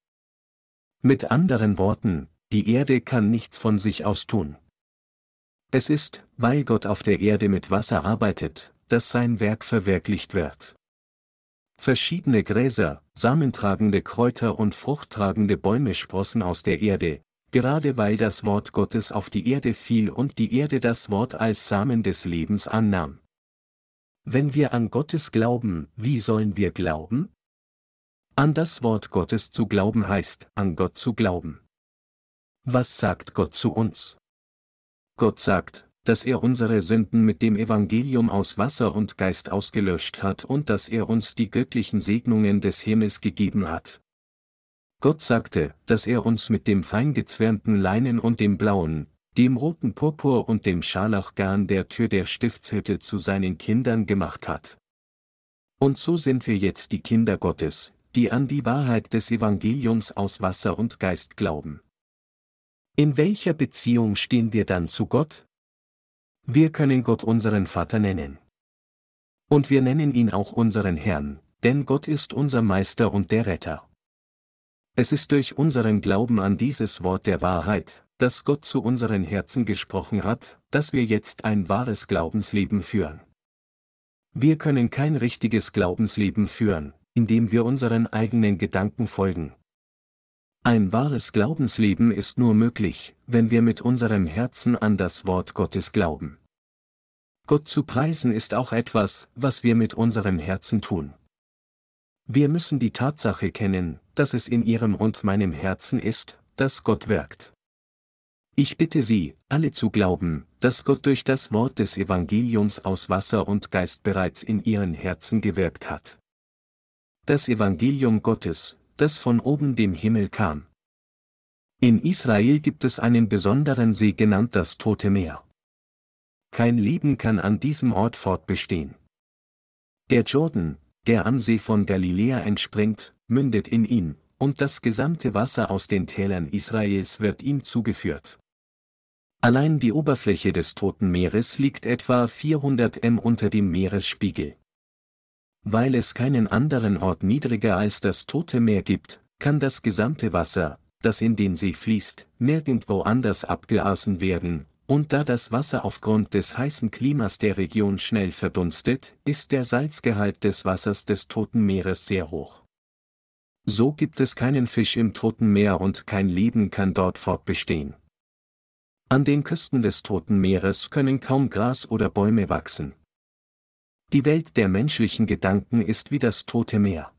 [SPEAKER 1] Mit anderen Worten, die Erde kann nichts von sich aus tun. Es ist, weil Gott auf der Erde mit Wasser arbeitet, dass sein Werk verwirklicht wird. Verschiedene Gräser, samentragende Kräuter und fruchttragende Bäume sprossen aus der Erde, gerade weil das Wort Gottes auf die Erde fiel und die Erde das Wort als Samen des Lebens annahm. Wenn wir an Gottes glauben, wie sollen wir glauben? An das Wort Gottes zu glauben heißt, an Gott zu glauben. Was sagt Gott zu uns? Gott sagt, dass er unsere Sünden mit dem Evangelium aus Wasser und Geist ausgelöscht hat und dass er uns die göttlichen Segnungen des Himmels gegeben hat. Gott sagte, dass er uns mit dem feingezwirnten Leinen und dem blauen, dem roten Purpur und dem Scharlachgarn der Tür der Stiftshütte zu seinen Kindern gemacht hat. Und so sind wir jetzt die Kinder Gottes, die an die Wahrheit des Evangeliums aus Wasser und Geist glauben. In welcher Beziehung stehen wir dann zu Gott? Wir können Gott unseren Vater nennen. Und wir nennen ihn auch unseren Herrn, denn Gott ist unser Meister und der Retter. Es ist durch unseren Glauben an dieses Wort der Wahrheit, das Gott zu unseren Herzen gesprochen hat, dass wir jetzt ein wahres Glaubensleben führen. Wir können kein richtiges Glaubensleben führen, indem wir unseren eigenen Gedanken folgen. Ein wahres Glaubensleben ist nur möglich, wenn wir mit unserem Herzen an das Wort Gottes glauben. Gott zu preisen ist auch etwas, was wir mit unserem Herzen tun. Wir müssen die Tatsache kennen, dass es in Ihrem und meinem Herzen ist, dass Gott wirkt. Ich bitte Sie, alle zu glauben, dass Gott durch das Wort des Evangeliums aus Wasser und Geist bereits in Ihren Herzen gewirkt hat. Das Evangelium Gottes, das von oben dem Himmel kam. In Israel gibt es einen besonderen See genannt das Tote Meer. Kein Leben kann an diesem Ort fortbestehen. Der Jordan, der am See von Galiläa entspringt, mündet in ihn, und das gesamte Wasser aus den Tälern Israels wird ihm zugeführt. Allein die Oberfläche des Toten Meeres liegt etwa 400 m unter dem Meeresspiegel. Weil es keinen anderen Ort niedriger als das Tote Meer gibt, kann das gesamte Wasser, das in den See fließt, nirgendwo anders abgelassen werden, und da das Wasser aufgrund des heißen Klimas der Region schnell verdunstet, ist der Salzgehalt des Wassers des Toten Meeres sehr hoch. So gibt es keinen Fisch im Toten Meer und kein Leben kann dort fortbestehen. An den Küsten des Toten Meeres können kaum Gras oder Bäume wachsen. Die Welt der menschlichen Gedanken ist wie das Tote Meer.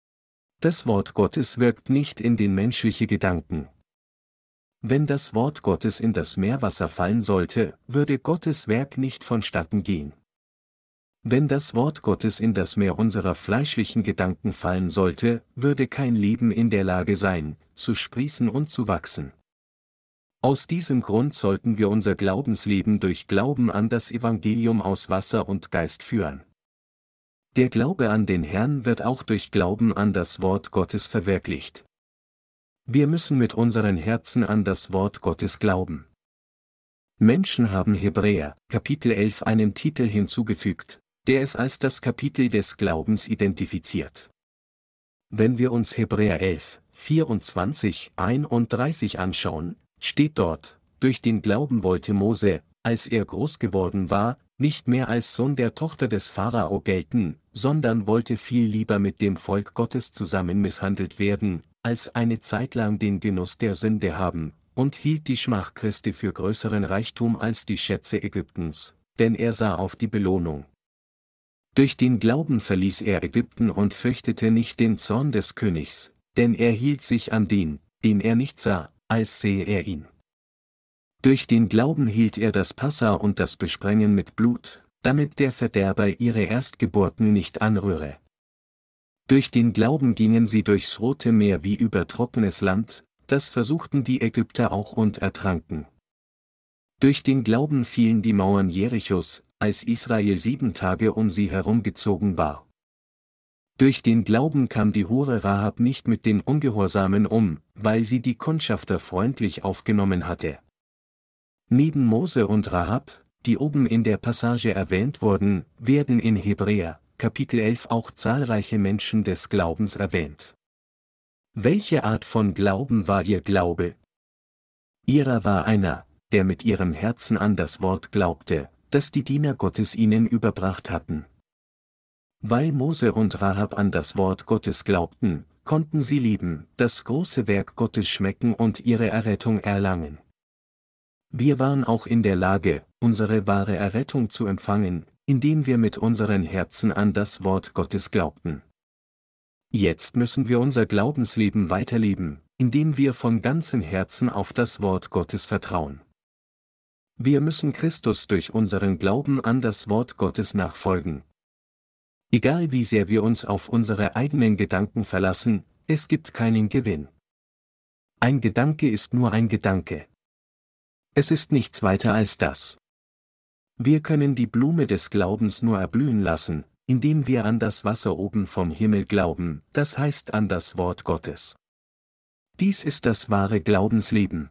[SPEAKER 1] Das Wort Gottes wirkt nicht in den menschlichen Gedanken. Wenn das Wort Gottes in das Meerwasser fallen sollte, würde Gottes Werk nicht vonstatten gehen. Wenn das Wort Gottes in das Meer unserer fleischlichen Gedanken fallen sollte, würde kein Leben in der Lage sein, zu sprießen und zu wachsen. Aus diesem Grund sollten wir unser Glaubensleben durch Glauben an das Evangelium aus Wasser und Geist führen. Der Glaube an den Herrn wird auch durch Glauben an das Wort Gottes verwirklicht. Wir müssen mit unseren Herzen an das Wort Gottes glauben. Menschen haben Hebräer, Kapitel 11 einen Titel hinzugefügt, der es als das Kapitel des Glaubens identifiziert. Wenn wir uns Hebräer 11, 24, 31 anschauen, steht dort: Durch den Glauben wollte Mose, als er groß geworden war, nicht mehr als Sohn der Tochter des Pharao gelten, sondern wollte viel lieber mit dem Volk Gottes zusammen misshandelt werden, als eine Zeit lang den Genuss der Sünde haben, und hielt die Schmach Christi für größeren Reichtum als die Schätze Ägyptens, denn er sah auf die Belohnung. Durch den Glauben verließ er Ägypten und fürchtete nicht den Zorn des Königs, denn er hielt sich an den er nicht sah, als sehe er ihn. Durch den Glauben hielt er das Passa und das Besprengen mit Blut, damit der Verderber ihre Erstgeburten nicht anrühre. Durch den Glauben gingen sie durchs Rote Meer wie über trockenes Land, das versuchten die Ägypter auch und ertranken. Durch den Glauben fielen die Mauern Jerichos, als Israel 7 Tage um sie herumgezogen war. Durch den Glauben kam die Hure Rahab nicht mit den Ungehorsamen um, weil sie die Kundschafter freundlich aufgenommen hatte. Neben Mose und Rahab, die oben in der Passage erwähnt wurden, werden in Hebräer, Kapitel 11 auch zahlreiche Menschen des Glaubens erwähnt. Welche Art von Glauben war ihr Glaube? Ihrer war einer, der mit ihrem Herzen an das Wort glaubte, das die Diener Gottes ihnen überbracht hatten. Weil Mose und Rahab an das Wort Gottes glaubten, konnten sie lieben, das große Werk Gottes schmecken und ihre Errettung erlangen. Wir waren auch in der Lage, unsere wahre Errettung zu empfangen, indem wir mit unseren Herzen an das Wort Gottes glaubten. Jetzt müssen wir unser Glaubensleben weiterleben, indem wir von ganzem Herzen auf das Wort Gottes vertrauen. Wir müssen Christus durch unseren Glauben an das Wort Gottes nachfolgen. Egal wie sehr wir uns auf unsere eigenen Gedanken verlassen, es gibt keinen Gewinn. Ein Gedanke ist nur ein Gedanke. Es ist nichts weiter als das. Wir können die Blume des Glaubens nur erblühen lassen, indem wir an das Wasser oben vom Himmel glauben, das heißt an das Wort Gottes. Dies ist das wahre Glaubensleben.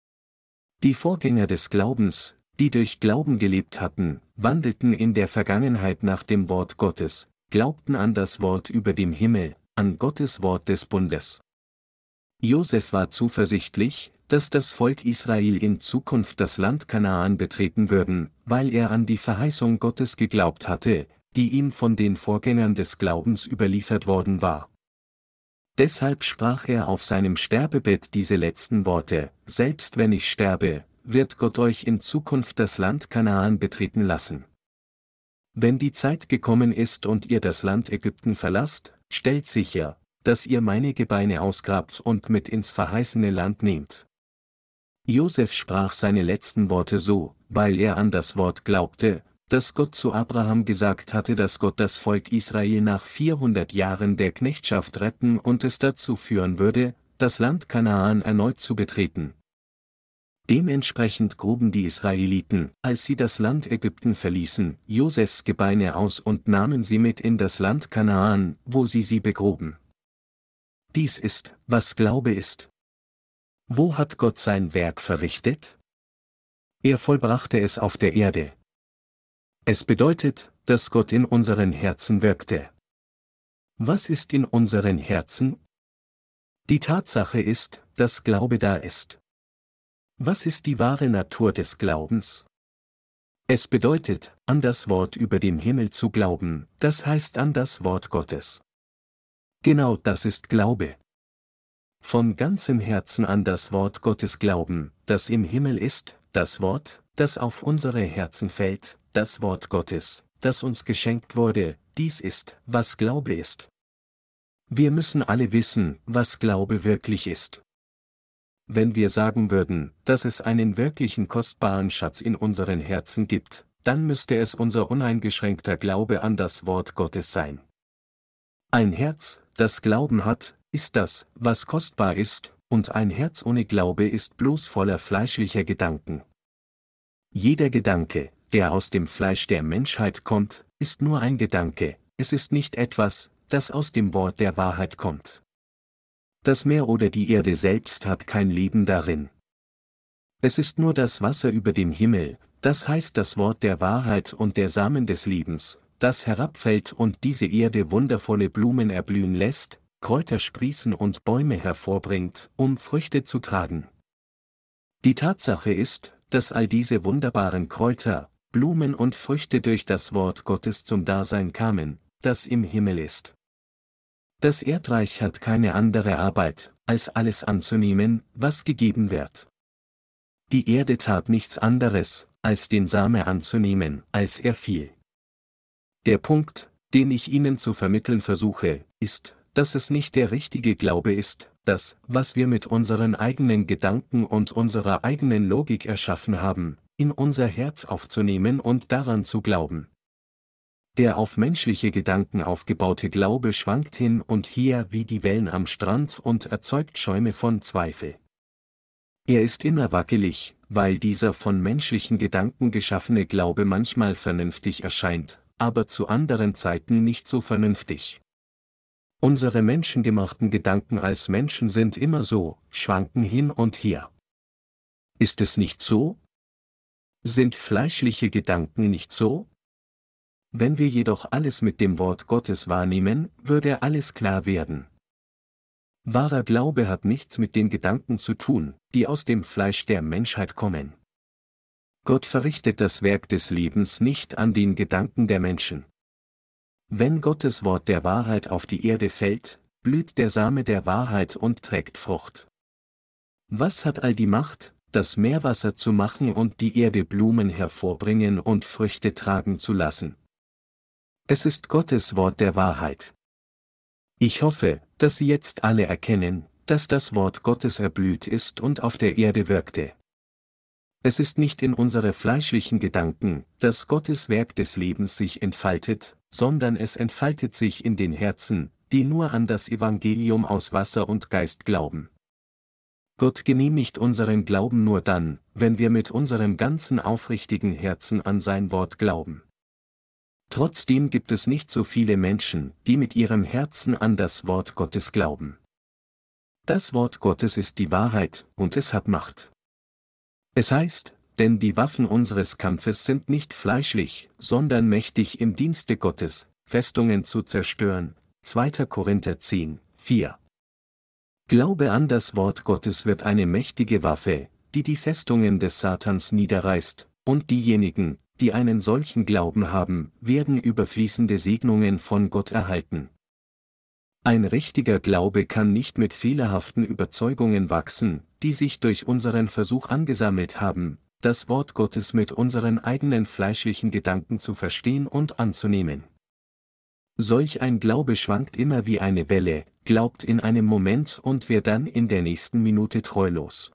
[SPEAKER 1] Die Vorgänger des Glaubens, die durch Glauben gelebt hatten, wandelten in der Vergangenheit nach dem Wort Gottes, glaubten an das Wort über dem Himmel, an Gottes Wort des Bundes. Josef war zuversichtlich, dass das Volk Israel in Zukunft das Land Kanaan betreten würden, weil er an die Verheißung Gottes geglaubt hatte, die ihm von den Vorgängern des Glaubens überliefert worden war. Deshalb sprach er auf seinem Sterbebett diese letzten Worte: Selbst wenn ich sterbe, wird Gott euch in Zukunft das Land Kanaan betreten lassen. Wenn die Zeit gekommen ist und ihr das Land Ägypten verlasst, stellt sicher, dass ihr meine Gebeine ausgrabt und mit ins verheißene Land nehmt. Josef sprach seine letzten Worte so, weil er an das Wort glaubte, das Gott zu Abraham gesagt hatte, dass Gott das Volk Israel nach 400 Jahren der Knechtschaft retten und es dazu führen würde, das Land Kanaan erneut zu betreten. Dementsprechend gruben die Israeliten, als sie das Land Ägypten verließen, Josefs Gebeine aus und nahmen sie mit in das Land Kanaan, wo sie begruben. Dies ist, was Glaube ist. Wo hat Gott sein Werk verrichtet? Er vollbrachte es auf der Erde. Es bedeutet, dass Gott in unseren Herzen wirkte. Was ist in unseren Herzen? Die Tatsache ist, dass Glaube da ist. Was ist die wahre Natur des Glaubens? Es bedeutet, an das Wort über dem Himmel zu glauben, das heißt an das Wort Gottes. Genau das ist Glaube. Von ganzem Herzen an das Wort Gottes glauben, das im Himmel ist, das Wort, das auf unsere Herzen fällt, das Wort Gottes, das uns geschenkt wurde, dies ist, was Glaube ist. Wir müssen alle wissen, was Glaube wirklich ist. Wenn wir sagen würden, dass es einen wirklichen kostbaren Schatz in unseren Herzen gibt, dann müsste es unser uneingeschränkter Glaube an das Wort Gottes sein. Ein Herz, das Glauben hat, ist das, was kostbar ist, und ein Herz ohne Glaube ist bloß voller fleischlicher Gedanken. Jeder Gedanke, der aus dem Fleisch der Menschheit kommt, ist nur ein Gedanke, es ist nicht etwas, das aus dem Wort der Wahrheit kommt. Das Meer oder die Erde selbst hat kein Leben darin. Es ist nur das Wasser über dem Himmel, das heißt das Wort der Wahrheit und der Samen des Lebens, das herabfällt und diese Erde wundervolle Blumen erblühen lässt, Kräuter sprießen und Bäume hervorbringt, um Früchte zu tragen. Die Tatsache ist, dass all diese wunderbaren Kräuter, Blumen und Früchte durch das Wort Gottes zum Dasein kamen, das im Himmel ist. Das Erdreich hat keine andere Arbeit, als alles anzunehmen, was gegeben wird. Die Erde tat nichts anderes, als den Samen anzunehmen, als er fiel. Der Punkt, den ich Ihnen zu vermitteln versuche, ist, dass es nicht der richtige Glaube ist, das, was wir mit unseren eigenen Gedanken und unserer eigenen Logik erschaffen haben, in unser Herz aufzunehmen und daran zu glauben. Der auf menschliche Gedanken aufgebaute Glaube schwankt hin und her wie die Wellen am Strand und erzeugt Schäume von Zweifel. Er ist immer wackelig, weil dieser von menschlichen Gedanken geschaffene Glaube manchmal vernünftig erscheint, aber zu anderen Zeiten nicht so vernünftig. Unsere menschengemachten Gedanken als Menschen sind immer so, schwanken hin und her. Ist es nicht so? Sind fleischliche Gedanken nicht so? Wenn wir jedoch alles mit dem Wort Gottes wahrnehmen, würde alles klar werden. Wahrer Glaube hat nichts mit den Gedanken zu tun, die aus dem Fleisch der Menschheit kommen. Gott verrichtet das Werk des Lebens nicht an den Gedanken der Menschen. Wenn Gottes Wort der Wahrheit auf die Erde fällt, blüht der Same der Wahrheit und trägt Frucht. Was hat all die Macht, das Meerwasser zu machen und die Erde Blumen hervorbringen und Früchte tragen zu lassen? Es ist Gottes Wort der Wahrheit. Ich hoffe, dass Sie jetzt alle erkennen, dass das Wort Gottes erblüht ist und auf der Erde wirkte. Es ist nicht in unsere fleischlichen Gedanken, dass Gottes Werk des Lebens sich entfaltet, sondern es entfaltet sich in den Herzen, die nur an das Evangelium aus Wasser und Geist glauben. Gott genehmigt unseren Glauben nur dann, wenn wir mit unserem ganzen aufrichtigen Herzen an sein Wort glauben. Trotzdem gibt es nicht so viele Menschen, die mit ihrem Herzen an das Wort Gottes glauben. Das Wort Gottes ist die Wahrheit, und es hat Macht. Es heißt, denn die Waffen unseres Kampfes sind nicht fleischlich, sondern mächtig im Dienste Gottes, Festungen zu zerstören. 2. Korinther 10, 4. Glaube an das Wort Gottes wird eine mächtige Waffe, die die Festungen des Satans niederreißt, und diejenigen, die einen solchen Glauben haben, werden überfließende Segnungen von Gott erhalten. Ein richtiger Glaube kann nicht mit fehlerhaften Überzeugungen wachsen, die sich durch unseren Versuch angesammelt haben, das Wort Gottes mit unseren eigenen fleischlichen Gedanken zu verstehen und anzunehmen. Solch ein Glaube schwankt immer wie eine Welle, glaubt in einem Moment und wird dann in der nächsten Minute treulos.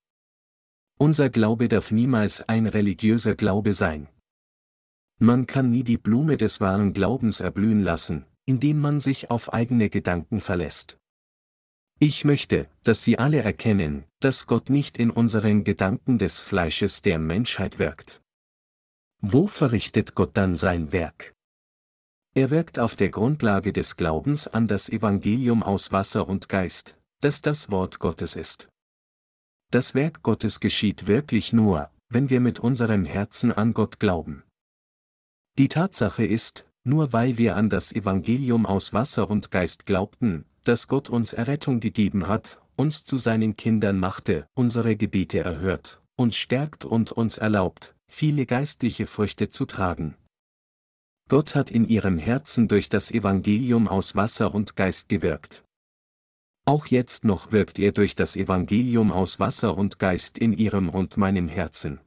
[SPEAKER 1] Unser Glaube darf niemals ein religiöser Glaube sein. Man kann nie die Blume des wahren Glaubens erblühen lassen, indem man sich auf eigene Gedanken verlässt. Ich möchte, dass Sie alle erkennen, dass Gott nicht in unseren Gedanken des Fleisches der Menschheit wirkt. Wo verrichtet Gott dann sein Werk? Er wirkt auf der Grundlage des Glaubens an das Evangelium aus Wasser und Geist, dass das Wort Gottes ist. Das Werk Gottes geschieht wirklich nur, wenn wir mit unserem Herzen an Gott glauben. Die Tatsache ist, nur weil wir an das Evangelium aus Wasser und Geist glaubten, dass Gott uns Errettung gegeben hat, uns zu seinen Kindern machte, unsere Gebete erhört, uns stärkt und uns erlaubt, viele geistliche Früchte zu tragen. Gott hat in ihrem Herzen durch das Evangelium aus Wasser und Geist gewirkt. Auch jetzt noch wirkt er durch das Evangelium aus Wasser und Geist in ihrem und meinem Herzen.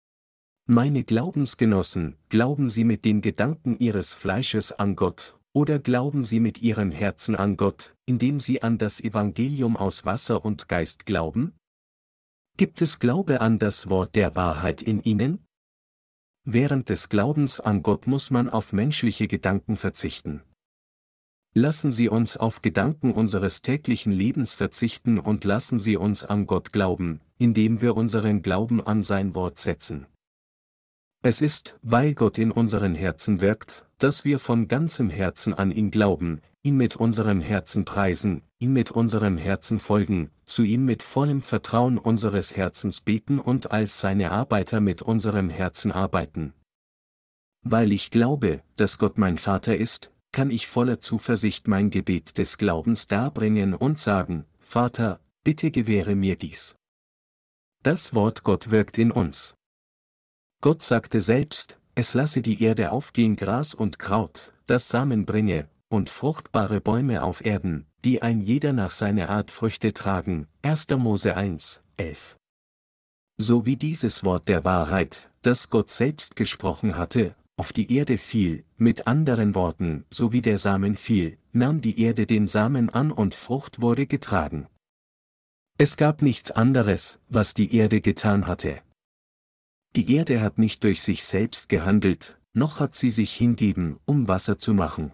[SPEAKER 1] Meine Glaubensgenossen, glauben Sie mit den Gedanken Ihres Fleisches an Gott, oder glauben Sie mit Ihrem Herzen an Gott, indem Sie an das Evangelium aus Wasser und Geist glauben? Gibt es Glaube an das Wort der Wahrheit in Ihnen? Während des Glaubens an Gott muss man auf menschliche Gedanken verzichten. Lassen Sie uns auf Gedanken unseres täglichen Lebens verzichten und lassen Sie uns an Gott glauben, indem wir unseren Glauben an sein Wort setzen. Es ist, weil Gott in unseren Herzen wirkt, dass wir von ganzem Herzen an ihn glauben, ihn mit unserem Herzen preisen, ihm mit unserem Herzen folgen, zu ihm mit vollem Vertrauen unseres Herzens beten und als seine Arbeiter mit unserem Herzen arbeiten. Weil ich glaube, dass Gott mein Vater ist, kann ich voller Zuversicht mein Gebet des Glaubens darbringen und sagen: Vater, bitte gewähre mir dies. Das Wort Gott wirkt in uns. Gott sagte selbst: Es lasse die Erde aufgehen Gras und Kraut, das Samen bringe, und fruchtbare Bäume auf Erden, die ein jeder nach seiner Art Früchte tragen. 1. Mose 1, 11. So wie dieses Wort der Wahrheit, das Gott selbst gesprochen hatte, auf die Erde fiel, mit anderen Worten, so wie der Samen fiel, nahm die Erde den Samen an und Frucht wurde getragen. Es gab nichts anderes, was die Erde getan hatte. Die Erde hat nicht durch sich selbst gehandelt, noch hat sie sich hingeben, um Wasser zu machen.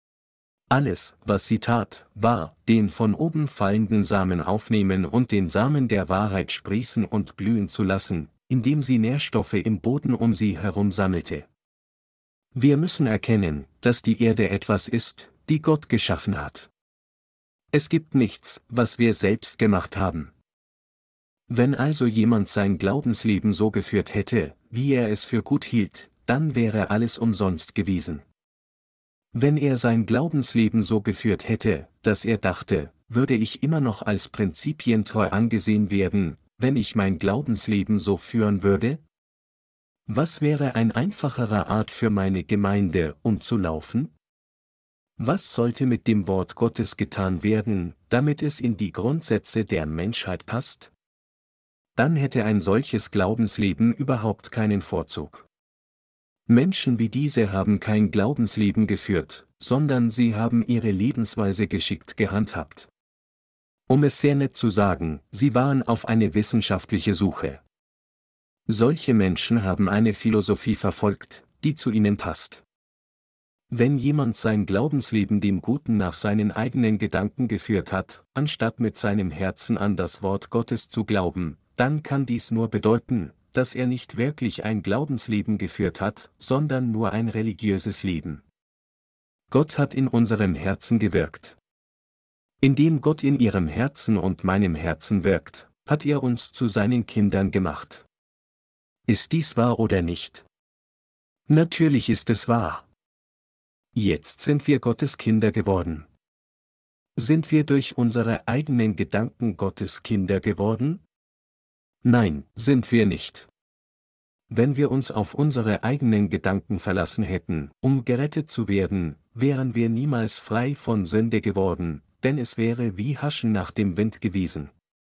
[SPEAKER 1] Alles, was sie tat, war, den von oben fallenden Samen aufnehmen und den Samen der Wahrheit sprießen und blühen zu lassen, indem sie Nährstoffe im Boden um sie herum sammelte. Wir müssen erkennen, dass die Erde etwas ist, die Gott geschaffen hat. Es gibt nichts, was wir selbst gemacht haben. Wenn also jemand sein Glaubensleben so geführt hätte, wie er es für gut hielt, dann wäre alles umsonst gewesen. Wenn er sein Glaubensleben so geführt hätte, dass er dachte, würde ich immer noch als prinzipientreu angesehen werden, wenn ich mein Glaubensleben so führen würde? Was wäre ein einfacherer Art für meine Gemeinde, um zu laufen? Was sollte mit dem Wort Gottes getan werden, damit es in die Grundsätze der Menschheit passt? Dann hätte ein solches Glaubensleben überhaupt keinen Vorzug. Menschen wie diese haben kein Glaubensleben geführt, sondern sie haben ihre Lebensweise geschickt gehandhabt. Um es sehr nett zu sagen, sie waren auf eine wissenschaftliche Suche. Solche Menschen haben eine Philosophie verfolgt, die zu ihnen passt. Wenn jemand sein Glaubensleben dem Guten nach seinen eigenen Gedanken geführt hat, anstatt mit seinem Herzen an das Wort Gottes zu glauben, dann kann dies nur bedeuten, dass er nicht wirklich ein Glaubensleben geführt hat, sondern nur ein religiöses Leben. Gott hat in unserem Herzen gewirkt. Indem Gott in Ihrem Herzen und meinem Herzen wirkt, hat er uns zu seinen Kindern gemacht. Ist dies wahr oder nicht? Natürlich ist es wahr. Jetzt sind wir Gottes Kinder geworden. Sind wir durch unsere eigenen Gedanken Gottes Kinder geworden? Nein, sind wir nicht. Wenn wir uns auf unsere eigenen Gedanken verlassen hätten, um gerettet zu werden, wären wir niemals frei von Sünde geworden, denn es wäre wie Haschen nach dem Wind gewesen.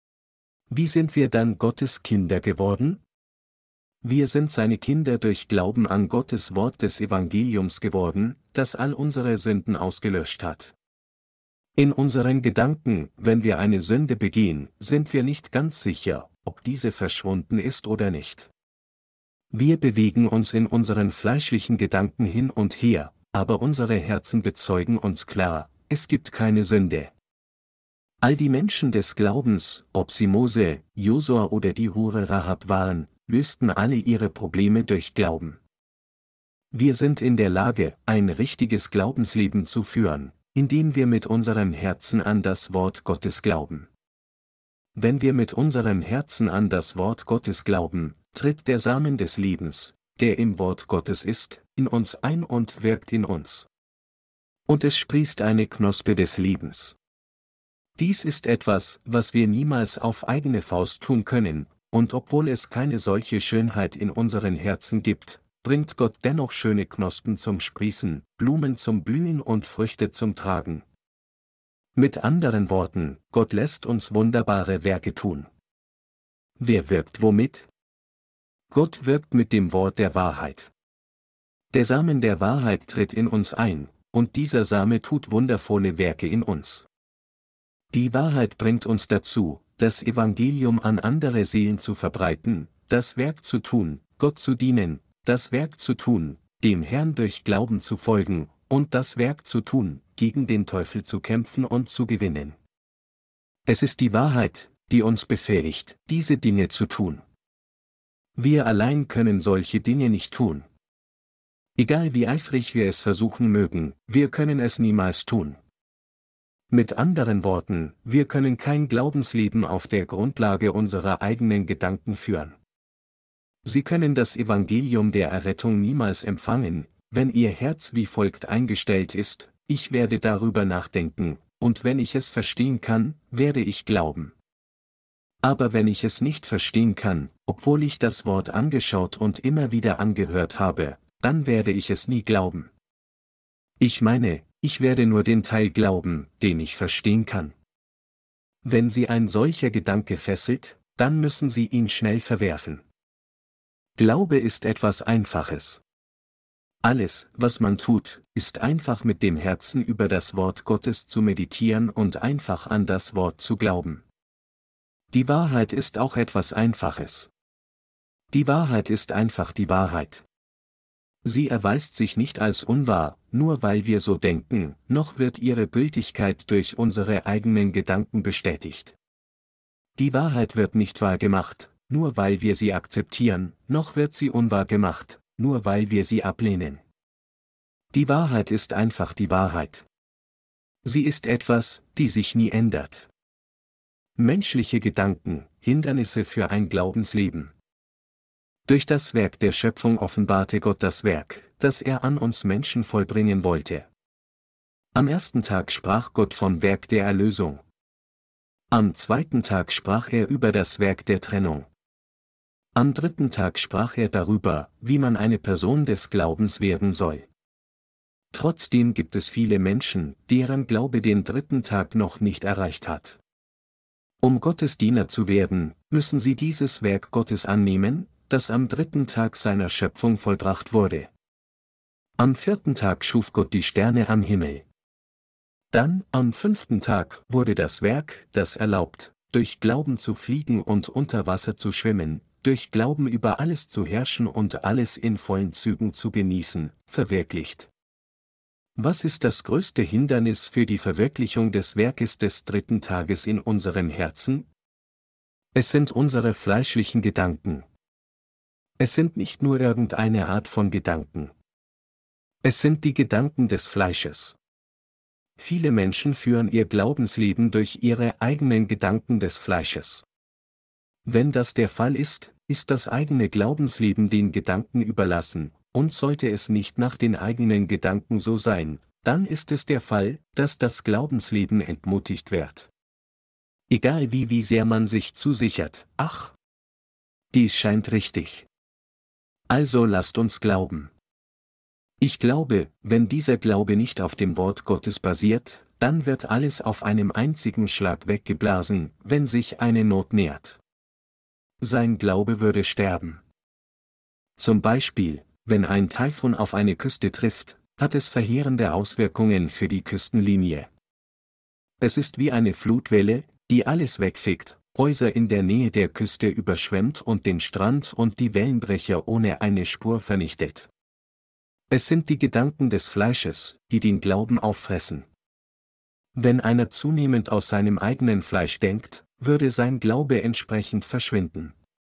[SPEAKER 1] Wie sind wir dann Gottes Kinder geworden? Wir sind seine Kinder durch Glauben an Gottes Wort des Evangeliums geworden, das all unsere Sünden ausgelöscht hat. In unseren Gedanken, wenn wir eine Sünde begehen, sind wir nicht ganz sicher, ob diese verschwunden ist oder nicht. Wir bewegen uns in unseren fleischlichen Gedanken hin und her, aber unsere Herzen bezeugen uns klar: Es gibt keine Sünde. All die Menschen des Glaubens, ob sie Mose, Josua oder die Hure Rahab waren, lösten alle ihre Probleme durch Glauben. Wir sind in der Lage, ein richtiges Glaubensleben zu führen, indem wir mit unserem Herzen an das Wort Gottes glauben. Wenn wir mit unserem Herzen an das Wort Gottes glauben, tritt der Samen des Lebens, der im Wort Gottes ist, in uns ein und wirkt in uns. Und es sprießt eine Knospe des Lebens. Dies ist etwas, was wir niemals auf eigene Faust tun können, und obwohl es keine solche Schönheit in unseren Herzen gibt, bringt Gott dennoch schöne Knospen zum Sprießen, Blumen zum Blühen und Früchte zum Tragen. Mit anderen Worten, Gott lässt uns wunderbare Werke tun. Wer wirkt womit? Gott wirkt mit dem Wort der Wahrheit. Der Samen der Wahrheit tritt in uns ein, und dieser Same tut wundervolle Werke in uns. Die Wahrheit bringt uns dazu, das Evangelium an andere Seelen zu verbreiten, das Werk zu tun, Gott zu dienen, das Werk zu tun, dem Herrn durch Glauben zu folgen, und das Werk zu tun, gegen den Teufel zu kämpfen und zu gewinnen. Es ist die Wahrheit, die uns befähigt, diese Dinge zu tun. Wir allein können solche Dinge nicht tun. Egal wie eifrig wir es versuchen mögen, wir können es niemals tun. Mit anderen Worten, wir können kein Glaubensleben auf der Grundlage unserer eigenen Gedanken führen. Sie können das Evangelium der Errettung niemals empfangen, wenn Ihr Herz wie folgt eingestellt ist: Ich werde darüber nachdenken, und wenn ich es verstehen kann, werde ich glauben. Aber wenn ich es nicht verstehen kann, obwohl ich das Wort angeschaut und immer wieder angehört habe, dann werde ich es nie glauben. Ich meine, ich werde nur den Teil glauben, den ich verstehen kann. Wenn Sie ein solcher Gedanke fesselt, dann müssen Sie ihn schnell verwerfen. Glaube ist etwas Einfaches. Alles, was man tut, ist einfach mit dem Herzen über das Wort Gottes zu meditieren und einfach an das Wort zu glauben. Die Wahrheit ist auch etwas Einfaches. Die Wahrheit ist einfach die Wahrheit. Sie erweist sich nicht als unwahr, nur weil wir so denken, noch wird ihre Gültigkeit durch unsere eigenen Gedanken bestätigt. Die Wahrheit wird nicht wahr gemacht, nur weil wir sie akzeptieren, noch wird sie unwahr gemacht, nur weil wir sie ablehnen. Die Wahrheit ist einfach die Wahrheit. Sie ist etwas, die sich nie ändert. Menschliche Gedanken, Hindernisse für ein Glaubensleben. Durch das Werk der Schöpfung offenbarte Gott das Werk, das er an uns Menschen vollbringen wollte. Am ersten Tag sprach Gott vom Werk der Erlösung. Am zweiten Tag sprach er über das Werk der Trennung. Am dritten Tag sprach er darüber, wie man eine Person des Glaubens werden soll. Trotzdem gibt es viele Menschen, deren Glaube den dritten Tag noch nicht erreicht hat. Um Gottes Diener zu werden, müssen sie dieses Werk Gottes annehmen, das am dritten Tag seiner Schöpfung vollbracht wurde. Am vierten Tag schuf Gott die Sterne am Himmel. Dann, am fünften Tag, wurde das Werk, das erlaubt, durch Glauben zu fliegen und unter Wasser zu schwimmen, durch Glauben über alles zu herrschen und alles in vollen Zügen zu genießen, verwirklicht. Was ist das größte Hindernis für die Verwirklichung des Werkes des dritten Tages in unserem Herzen? Es sind unsere fleischlichen Gedanken. Es sind nicht nur irgendeine Art von Gedanken. Es sind die Gedanken des Fleisches. Viele Menschen führen ihr Glaubensleben durch ihre eigenen Gedanken des Fleisches. Wenn das der Fall ist, ist das eigene Glaubensleben den Gedanken überlassen, und sollte es nicht nach den eigenen Gedanken so sein, dann ist es der Fall, dass das Glaubensleben entmutigt wird. Egal wie sehr man sich zusichert, ach, dies scheint richtig. Also lasst uns glauben. Ich glaube, wenn dieser Glaube nicht auf dem Wort Gottes basiert, dann wird alles auf einem einzigen Schlag weggeblasen, wenn sich eine Not nähert. Sein Glaube würde sterben. Zum Beispiel, wenn ein Taifun auf eine Küste trifft, hat es verheerende Auswirkungen für die Küstenlinie. Es ist wie eine Flutwelle, die alles wegfegt, Häuser in der Nähe der Küste überschwemmt und den Strand und die Wellenbrecher ohne eine Spur vernichtet. Es sind die Gedanken des Fleisches, die den Glauben auffressen. Wenn einer zunehmend aus seinem eigenen Fleisch denkt, würde sein Glaube entsprechend verschwinden.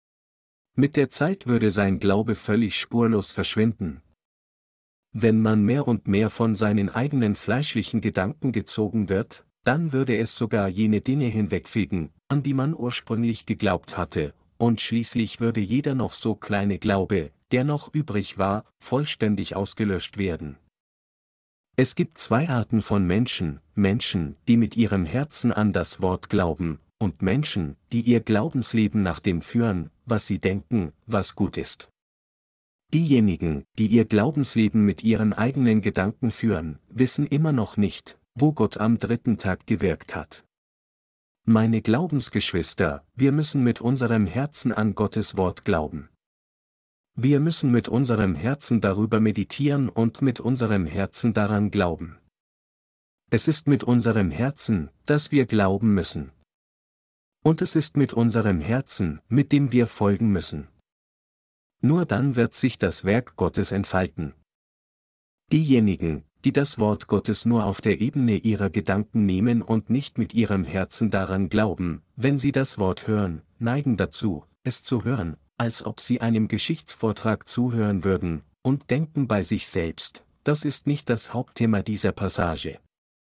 [SPEAKER 1] Mit der Zeit würde sein Glaube völlig spurlos verschwinden. Wenn man mehr und mehr von seinen eigenen fleischlichen Gedanken gezogen wird, dann würde es sogar jene Dinge hinwegfegen, an die man ursprünglich geglaubt hatte, und schließlich würde jeder noch so kleine Glaube, der noch übrig war, vollständig ausgelöscht werden. Es gibt zwei Arten von Menschen, Menschen, die mit ihrem Herzen an das Wort glauben, und Menschen, die ihr Glaubensleben nach dem führen, was sie denken, was gut ist. Diejenigen, die ihr Glaubensleben mit ihren eigenen Gedanken führen, wissen immer noch nicht, wo Gott am dritten Tag gewirkt hat. Meine Glaubensgeschwister, wir müssen mit unserem Herzen an Gottes Wort glauben. Wir müssen mit unserem Herzen darüber meditieren und mit unserem Herzen daran glauben. Es ist mit unserem Herzen, dass wir glauben müssen. Und es ist mit unserem Herzen, mit dem wir folgen müssen. Nur dann wird sich das Werk Gottes entfalten. Diejenigen, die das Wort Gottes nur auf der Ebene ihrer Gedanken nehmen und nicht mit ihrem Herzen daran glauben, wenn sie das Wort hören, neigen dazu, es zu hören, als ob sie einem Geschichtsvortrag zuhören würden, und denken bei sich selbst, das ist nicht das Hauptthema dieser Passage.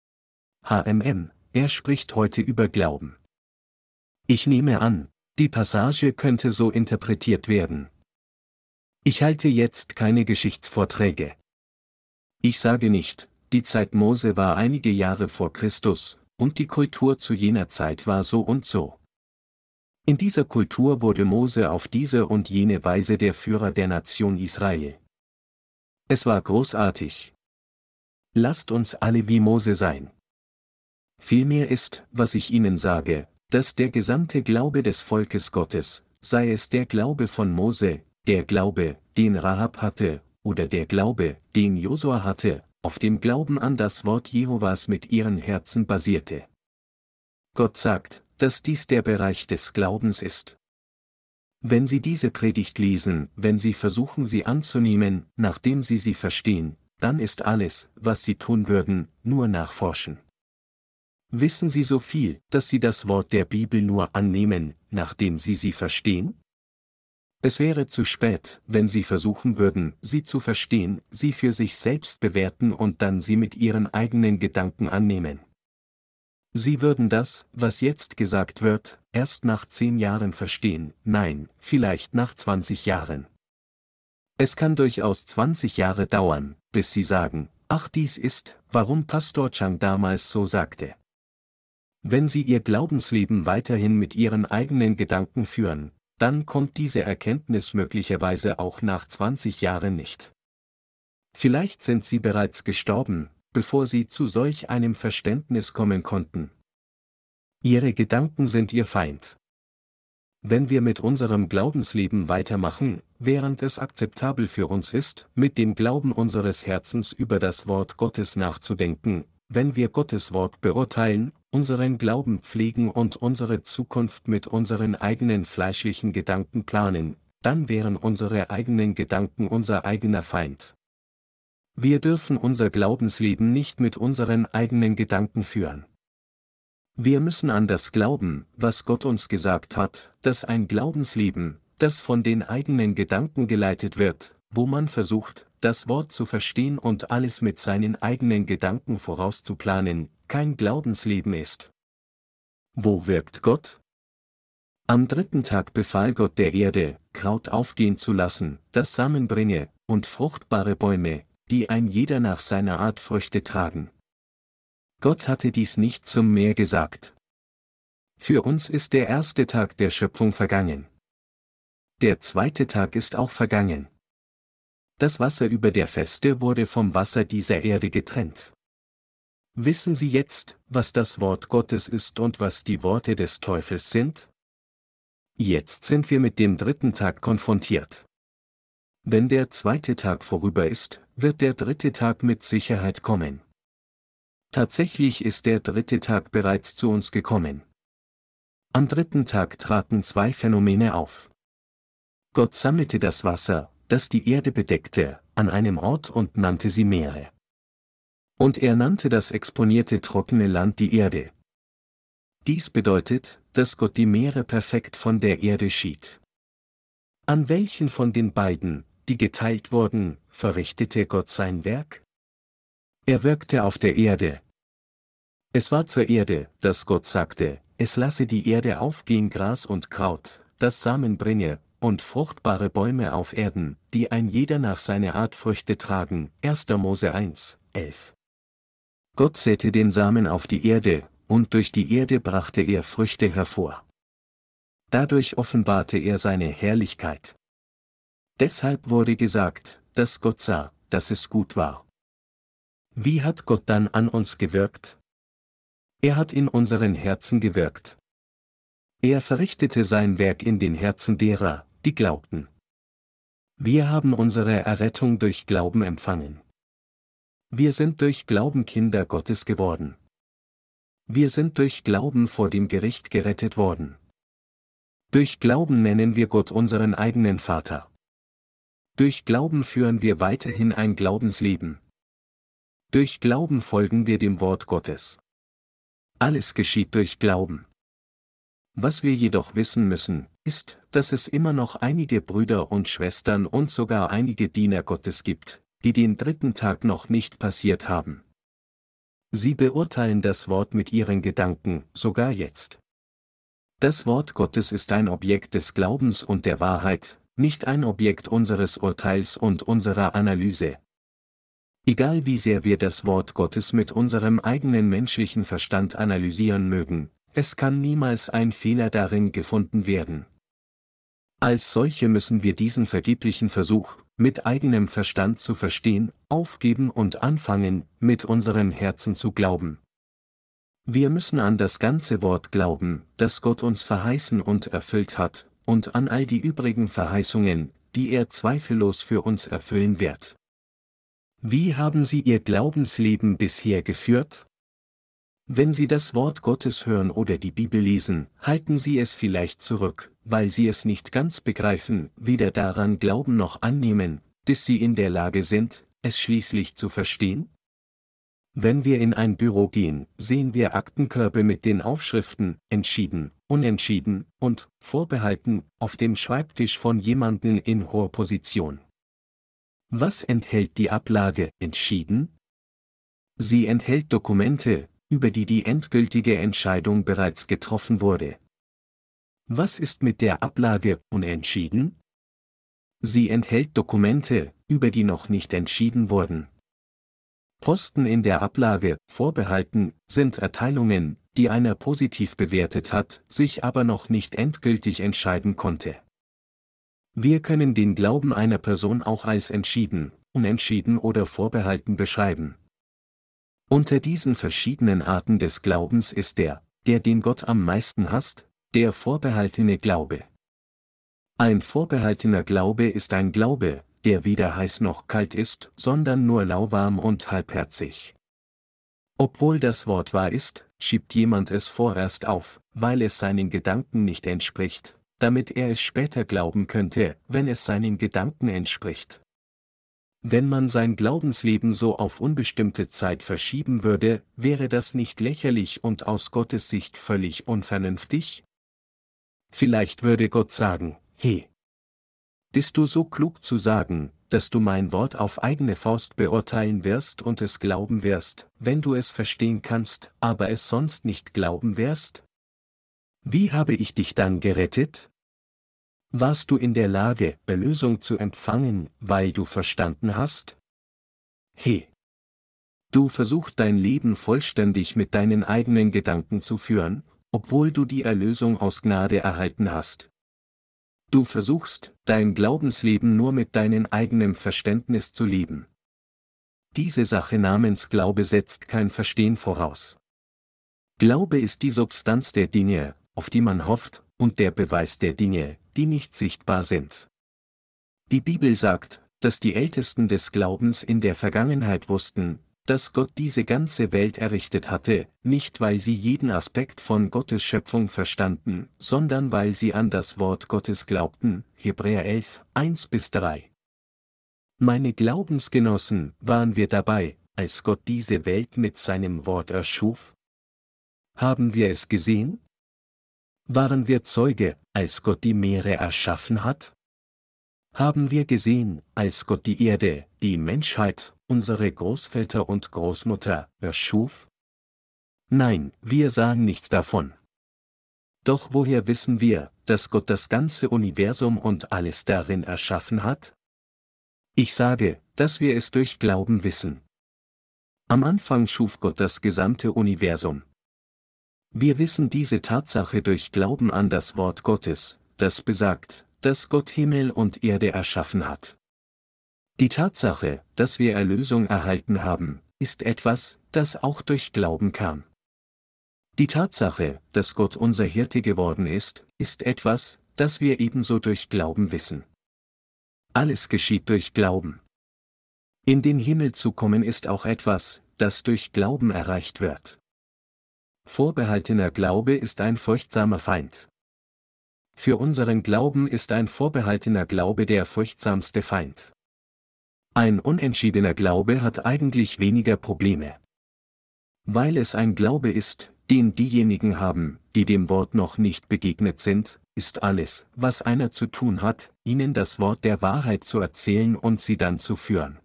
[SPEAKER 1] Er spricht heute über Glauben. Ich nehme an, die Passage könnte so interpretiert werden. Ich halte jetzt keine Geschichtsvorträge. Ich sage nicht, die Zeit Mose war einige Jahre vor Christus, und die Kultur zu jener Zeit war so und so. In dieser Kultur wurde Mose auf diese und jene Weise der Führer der Nation Israel. Es war großartig. Lasst uns alle wie Mose sein. Vielmehr ist, was ich Ihnen sage, dass der gesamte Glaube des Volkes Gottes, sei es der Glaube von Mose, der Glaube, den Rahab hatte, oder der Glaube, den Josua hatte, auf dem Glauben an das Wort Jehovas mit ihren Herzen basierte. Gott sagt, dass dies der Bereich des Glaubens ist. Wenn Sie diese Predigt lesen, wenn Sie versuchen sie anzunehmen, nachdem Sie sie verstehen, dann ist alles, was Sie tun würden, nur nachforschen. Wissen Sie so viel, dass Sie das Wort der Bibel nur annehmen, nachdem Sie sie verstehen? Es wäre zu spät, wenn Sie versuchen würden, sie zu verstehen, sie für sich selbst bewerten und dann sie mit Ihren eigenen Gedanken annehmen. Sie würden das, was jetzt gesagt wird, erst nach 10 Jahren verstehen, nein, vielleicht nach 20 Jahren. Es kann durchaus 20 Jahre dauern, bis Sie sagen, ach dies ist, warum Pastor Chang damals so sagte. Wenn Sie Ihr Glaubensleben weiterhin mit Ihren eigenen Gedanken führen, dann kommt diese Erkenntnis möglicherweise auch nach 20 Jahren nicht. Vielleicht sind Sie bereits gestorben, bevor Sie zu solch einem Verständnis kommen konnten. Ihre Gedanken sind Ihr Feind. Wenn wir mit unserem Glaubensleben weitermachen, während es akzeptabel für uns ist, mit dem Glauben unseres Herzens über das Wort Gottes nachzudenken, wenn wir Gottes Wort beurteilen, unseren Glauben pflegen und unsere Zukunft mit unseren eigenen fleischlichen Gedanken planen, dann wären unsere eigenen Gedanken unser eigener Feind. Wir dürfen unser Glaubensleben nicht mit unseren eigenen Gedanken führen. Wir müssen an das glauben, was Gott uns gesagt hat, dass ein Glaubensleben, das von den eigenen Gedanken geleitet wird, wo man versucht, das Wort zu verstehen und alles mit seinen eigenen Gedanken vorauszuplanen, kein Glaubensleben ist. Wo wirkt Gott? Am dritten Tag befahl Gott der Erde, Kraut aufgehen zu lassen, das Samen bringe, und fruchtbare Bäume, die ein jeder nach seiner Art Früchte tragen. Gott hatte dies nicht zum Meer gesagt. Für uns ist der erste Tag der Schöpfung vergangen. Der zweite Tag ist auch vergangen. Das Wasser über der Feste wurde vom Wasser dieser Erde getrennt. Wissen Sie jetzt, was das Wort Gottes ist und was die Worte des Teufels sind? Jetzt sind wir mit dem dritten Tag konfrontiert. Wenn der zweite Tag vorüber ist, wird der dritte Tag mit Sicherheit kommen. Tatsächlich ist der dritte Tag bereits zu uns gekommen. Am dritten Tag traten zwei Phänomene auf. Gott sammelte das Wasser, das die Erde bedeckte, an einem Ort und nannte sie Meere. Und er nannte das exponierte trockene Land die Erde. Dies bedeutet, dass Gott die Meere perfekt von der Erde schied. An welchen von den beiden, die geteilt wurden, verrichtete Gott sein Werk? Er wirkte auf der Erde. Es war zur Erde, dass Gott sagte, es lasse die Erde aufgehen Gras und Kraut, das Samen bringe, und fruchtbare Bäume auf Erden, die ein jeder nach seiner Art Früchte tragen. 1. Mose 1, 11. Gott säte den Samen auf die Erde, und durch die Erde brachte er Früchte hervor. Dadurch offenbarte er seine Herrlichkeit. Deshalb wurde gesagt, dass Gott sah, dass es gut war. Wie hat Gott dann an uns gewirkt? Er hat in unseren Herzen gewirkt. Er verrichtete sein Werk in den Herzen derer, die glaubten. Wir haben unsere Errettung durch Glauben empfangen. Wir sind durch Glauben Kinder Gottes geworden. Wir sind durch Glauben vor dem Gericht gerettet worden. Durch Glauben nennen wir Gott unseren eigenen Vater. Durch Glauben führen wir weiterhin ein Glaubensleben. Durch Glauben folgen wir dem Wort Gottes. Alles geschieht durch Glauben. Was wir jedoch wissen müssen, ist, dass es immer noch einige Brüder und Schwestern und sogar einige Diener Gottes gibt, die den 3. Tag noch nicht passiert haben. Sie beurteilen das Wort mit ihren Gedanken, sogar jetzt. Das Wort Gottes ist ein Objekt des Glaubens und der Wahrheit, nicht ein Objekt unseres Urteils und unserer Analyse. Egal wie sehr wir das Wort Gottes mit unserem eigenen menschlichen Verstand analysieren mögen, es kann niemals ein Fehler darin gefunden werden. Als solche müssen wir diesen vergeblichen Versuch, mit eigenem Verstand zu verstehen, aufgeben und anfangen, mit unseren Herzen zu glauben. Wir müssen an das ganze Wort glauben, das Gott uns verheißen und erfüllt hat, und an all die übrigen Verheißungen, die er zweifellos für uns erfüllen wird. Wie haben Sie Ihr Glaubensleben bisher geführt? Wenn Sie das Wort Gottes hören oder die Bibel lesen, halten Sie es vielleicht zurück, weil Sie es nicht ganz begreifen, weder daran glauben noch annehmen, bis Sie in der Lage sind, es schließlich zu verstehen? Wenn wir in ein Büro gehen, sehen wir Aktenkörbe mit den Aufschriften entschieden, unentschieden und vorbehalten auf dem Schreibtisch von jemandem in hoher Position. Was enthält die Ablage entschieden? Sie enthält Dokumente, über die die endgültige Entscheidung bereits getroffen wurde. Was ist mit der Ablage unentschieden? Sie enthält Dokumente, über die noch nicht entschieden wurden. Posten in der Ablage, vorbehalten, sind Erteilungen, die einer positiv bewertet hat, sich aber noch nicht endgültig entscheiden konnte. Wir können den Glauben einer Person auch als entschieden, unentschieden oder vorbehalten beschreiben. Unter diesen verschiedenen Arten des Glaubens ist der den Gott am meisten hasst, der vorbehaltene Glaube. Ein vorbehaltener Glaube ist ein Glaube, der weder heiß noch kalt ist, sondern nur lauwarm und halbherzig. Obwohl das Wort wahr ist, schiebt jemand es vorerst auf, weil es seinen Gedanken nicht entspricht, damit er es später glauben könnte, wenn es seinen Gedanken entspricht. Wenn man sein Glaubensleben so auf unbestimmte Zeit verschieben würde, wäre das nicht lächerlich und aus Gottes Sicht völlig unvernünftig? Vielleicht würde Gott sagen, hey, bist du so klug zu sagen, dass du mein Wort auf eigene Faust beurteilen wirst und es glauben wirst, wenn du es verstehen kannst, aber es sonst nicht glauben wirst? Wie habe ich dich dann gerettet? Warst du in der Lage, Erlösung zu empfangen, weil du verstanden hast? Hey! Du versuchst dein Leben vollständig mit deinen eigenen Gedanken zu führen, obwohl du die Erlösung aus Gnade erhalten hast. Du versuchst, dein Glaubensleben nur mit deinem eigenen Verständnis zu leben. Diese Sache namens Glaube setzt kein Verstehen voraus. Glaube ist die Substanz der Dinge, auf die man hofft, und der Beweis der Dinge, die nicht sichtbar sind. Die Bibel sagt, dass die Ältesten des Glaubens in der Vergangenheit wussten, dass Gott diese ganze Welt errichtet hatte, nicht weil sie jeden Aspekt von Gottes Schöpfung verstanden, sondern weil sie an das Wort Gottes glaubten. Hebräer 11, 1-3. Meine Glaubensgenossen, waren wir dabei, als Gott diese Welt mit seinem Wort erschuf? Haben wir es gesehen? Waren wir Zeuge, als Gott die Meere erschaffen hat? Haben wir gesehen, als Gott die Erde, die Menschheit, unsere Großväter und Großmutter, erschuf? Nein, wir sahen nichts davon. Doch woher wissen wir, dass Gott das ganze Universum und alles darin erschaffen hat? Ich sage, dass wir es durch Glauben wissen. Am Anfang schuf Gott das gesamte Universum. Wir wissen diese Tatsache durch Glauben an das Wort Gottes, das besagt, dass Gott Himmel und Erde erschaffen hat. Die Tatsache, dass wir Erlösung erhalten haben, ist etwas, das auch durch Glauben kam. Die Tatsache, dass Gott unser Hirte geworden ist etwas, das wir ebenso durch Glauben wissen. Alles geschieht durch Glauben. In den Himmel zu kommen ist auch etwas, das durch Glauben erreicht wird. Vorbehaltener Glaube ist ein furchtsamer Feind. Für unseren Glauben ist ein vorbehaltener Glaube der furchtsamste Feind. Ein unentschiedener Glaube hat eigentlich weniger Probleme. Weil es ein Glaube ist, den diejenigen haben, die dem Wort noch nicht begegnet sind, ist alles, was einer zu tun hat, ihnen das Wort der Wahrheit zu erzählen und sie dann zu führen.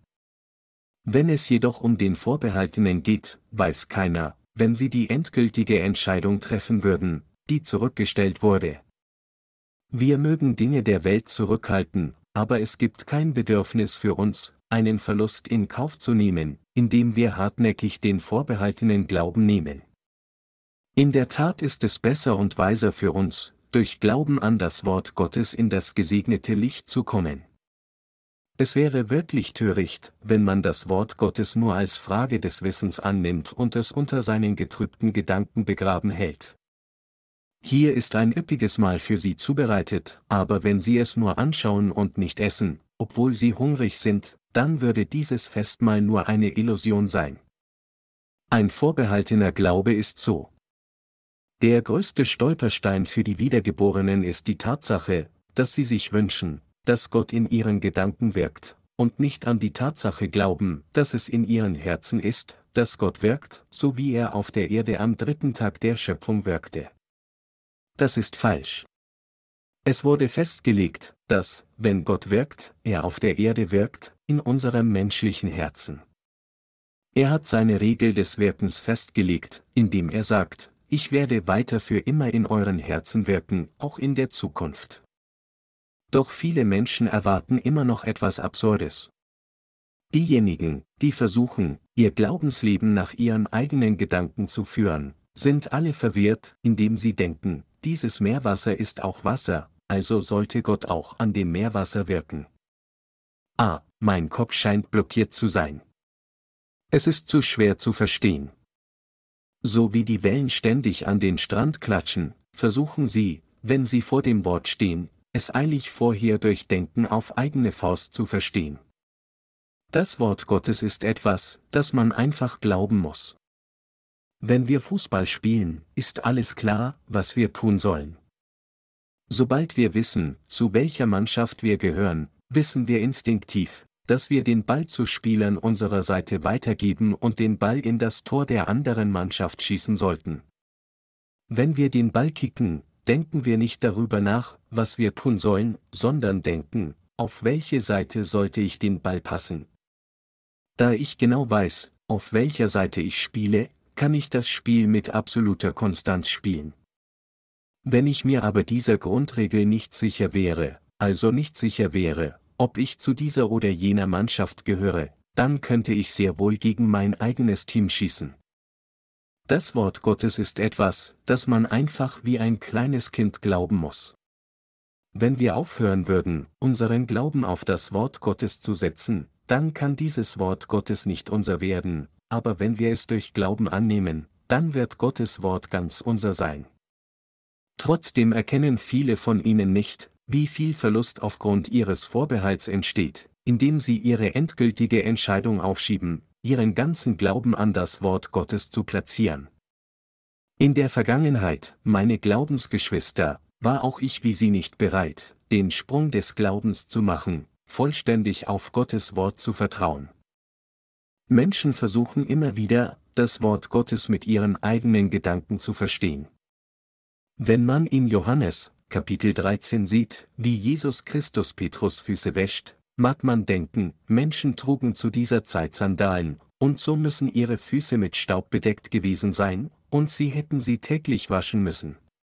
[SPEAKER 1] Wenn es jedoch um den Vorbehaltenen geht, weiß keiner, wenn sie die endgültige Entscheidung treffen würden, die zurückgestellt wurde. Wir mögen Dinge der Welt zurückhalten, aber es gibt kein Bedürfnis für uns, einen Verlust in Kauf zu nehmen, indem wir hartnäckig den vorbehaltenen Glauben nehmen. In der Tat ist es besser und weiser für uns, durch Glauben an das Wort Gottes in das gesegnete Licht zu kommen. Es wäre wirklich töricht, wenn man das Wort Gottes nur als Frage des Wissens annimmt und es unter seinen getrübten Gedanken begraben hält. Hier ist ein üppiges Mahl für Sie zubereitet, aber wenn Sie es nur anschauen und nicht essen, obwohl Sie hungrig sind, dann würde dieses Festmahl nur eine Illusion sein. Ein vorbehaltener Glaube ist so. Der größte Stolperstein für die Wiedergeborenen ist die Tatsache, dass sie sich wünschen, dass Gott in ihren Gedanken wirkt, und nicht an die Tatsache glauben, dass es in ihren Herzen ist, dass Gott wirkt, so wie er auf der Erde am 3. Tag der Schöpfung wirkte. Das ist falsch. Es wurde festgelegt, dass, wenn Gott wirkt, er auf der Erde wirkt, in unserem menschlichen Herzen. Er hat seine Regel des Wirkens festgelegt, indem er sagt, ich werde weiter für immer in euren Herzen wirken, auch in der Zukunft. Doch viele Menschen erwarten immer noch etwas Absurdes. Diejenigen, die versuchen, ihr Glaubensleben nach ihren eigenen Gedanken zu führen, sind alle verwirrt, indem sie denken, dieses Meerwasser ist auch Wasser, also sollte Gott auch an dem Meerwasser wirken. Mein Kopf scheint blockiert zu sein. Es ist zu schwer zu verstehen. So wie die Wellen ständig an den Strand klatschen, versuchen sie, wenn sie vor dem Wort stehen, es eilig vorher durch Denken auf eigene Faust zu verstehen. Das Wort Gottes ist etwas, das man einfach glauben muss. Wenn wir Fußball spielen, ist alles klar, was wir tun sollen. Sobald wir wissen, zu welcher Mannschaft wir gehören, wissen wir instinktiv, dass wir den Ball zu Spielern unserer Seite weitergeben und den Ball in das Tor der anderen Mannschaft schießen sollten. Wenn wir den Ball kicken, denken wir nicht darüber nach, was wir tun sollen, sondern denken, auf welche Seite sollte ich den Ball passen. Da ich genau weiß, auf welcher Seite ich spiele, kann ich das Spiel mit absoluter Konstanz spielen. Wenn ich mir aber dieser Grundregel nicht sicher wäre, ob ich zu dieser oder jener Mannschaft gehöre, dann könnte ich sehr wohl gegen mein eigenes Team schießen. Das Wort Gottes ist etwas, das man einfach wie ein kleines Kind glauben muss. Wenn wir aufhören würden, unseren Glauben auf das Wort Gottes zu setzen, dann kann dieses Wort Gottes nicht unser werden, aber wenn wir es durch Glauben annehmen, dann wird Gottes Wort ganz unser sein. Trotzdem erkennen viele von ihnen nicht, wie viel Verlust aufgrund ihres Vorbehalts entsteht, indem sie ihre endgültige Entscheidung aufschieben, ihren ganzen Glauben an das Wort Gottes zu platzieren. In der Vergangenheit, meine Glaubensgeschwister, war auch ich wie Sie nicht bereit, den Sprung des Glaubens zu machen, vollständig auf Gottes Wort zu vertrauen. Menschen versuchen immer wieder, das Wort Gottes mit ihren eigenen Gedanken zu verstehen. Wenn man in Johannes, Kapitel 13 sieht, wie Jesus Christus Petrus Füße wäscht, mag man denken, Menschen trugen zu dieser Zeit Sandalen, und so müssen ihre Füße mit Staub bedeckt gewesen sein, und sie hätten sie täglich waschen müssen.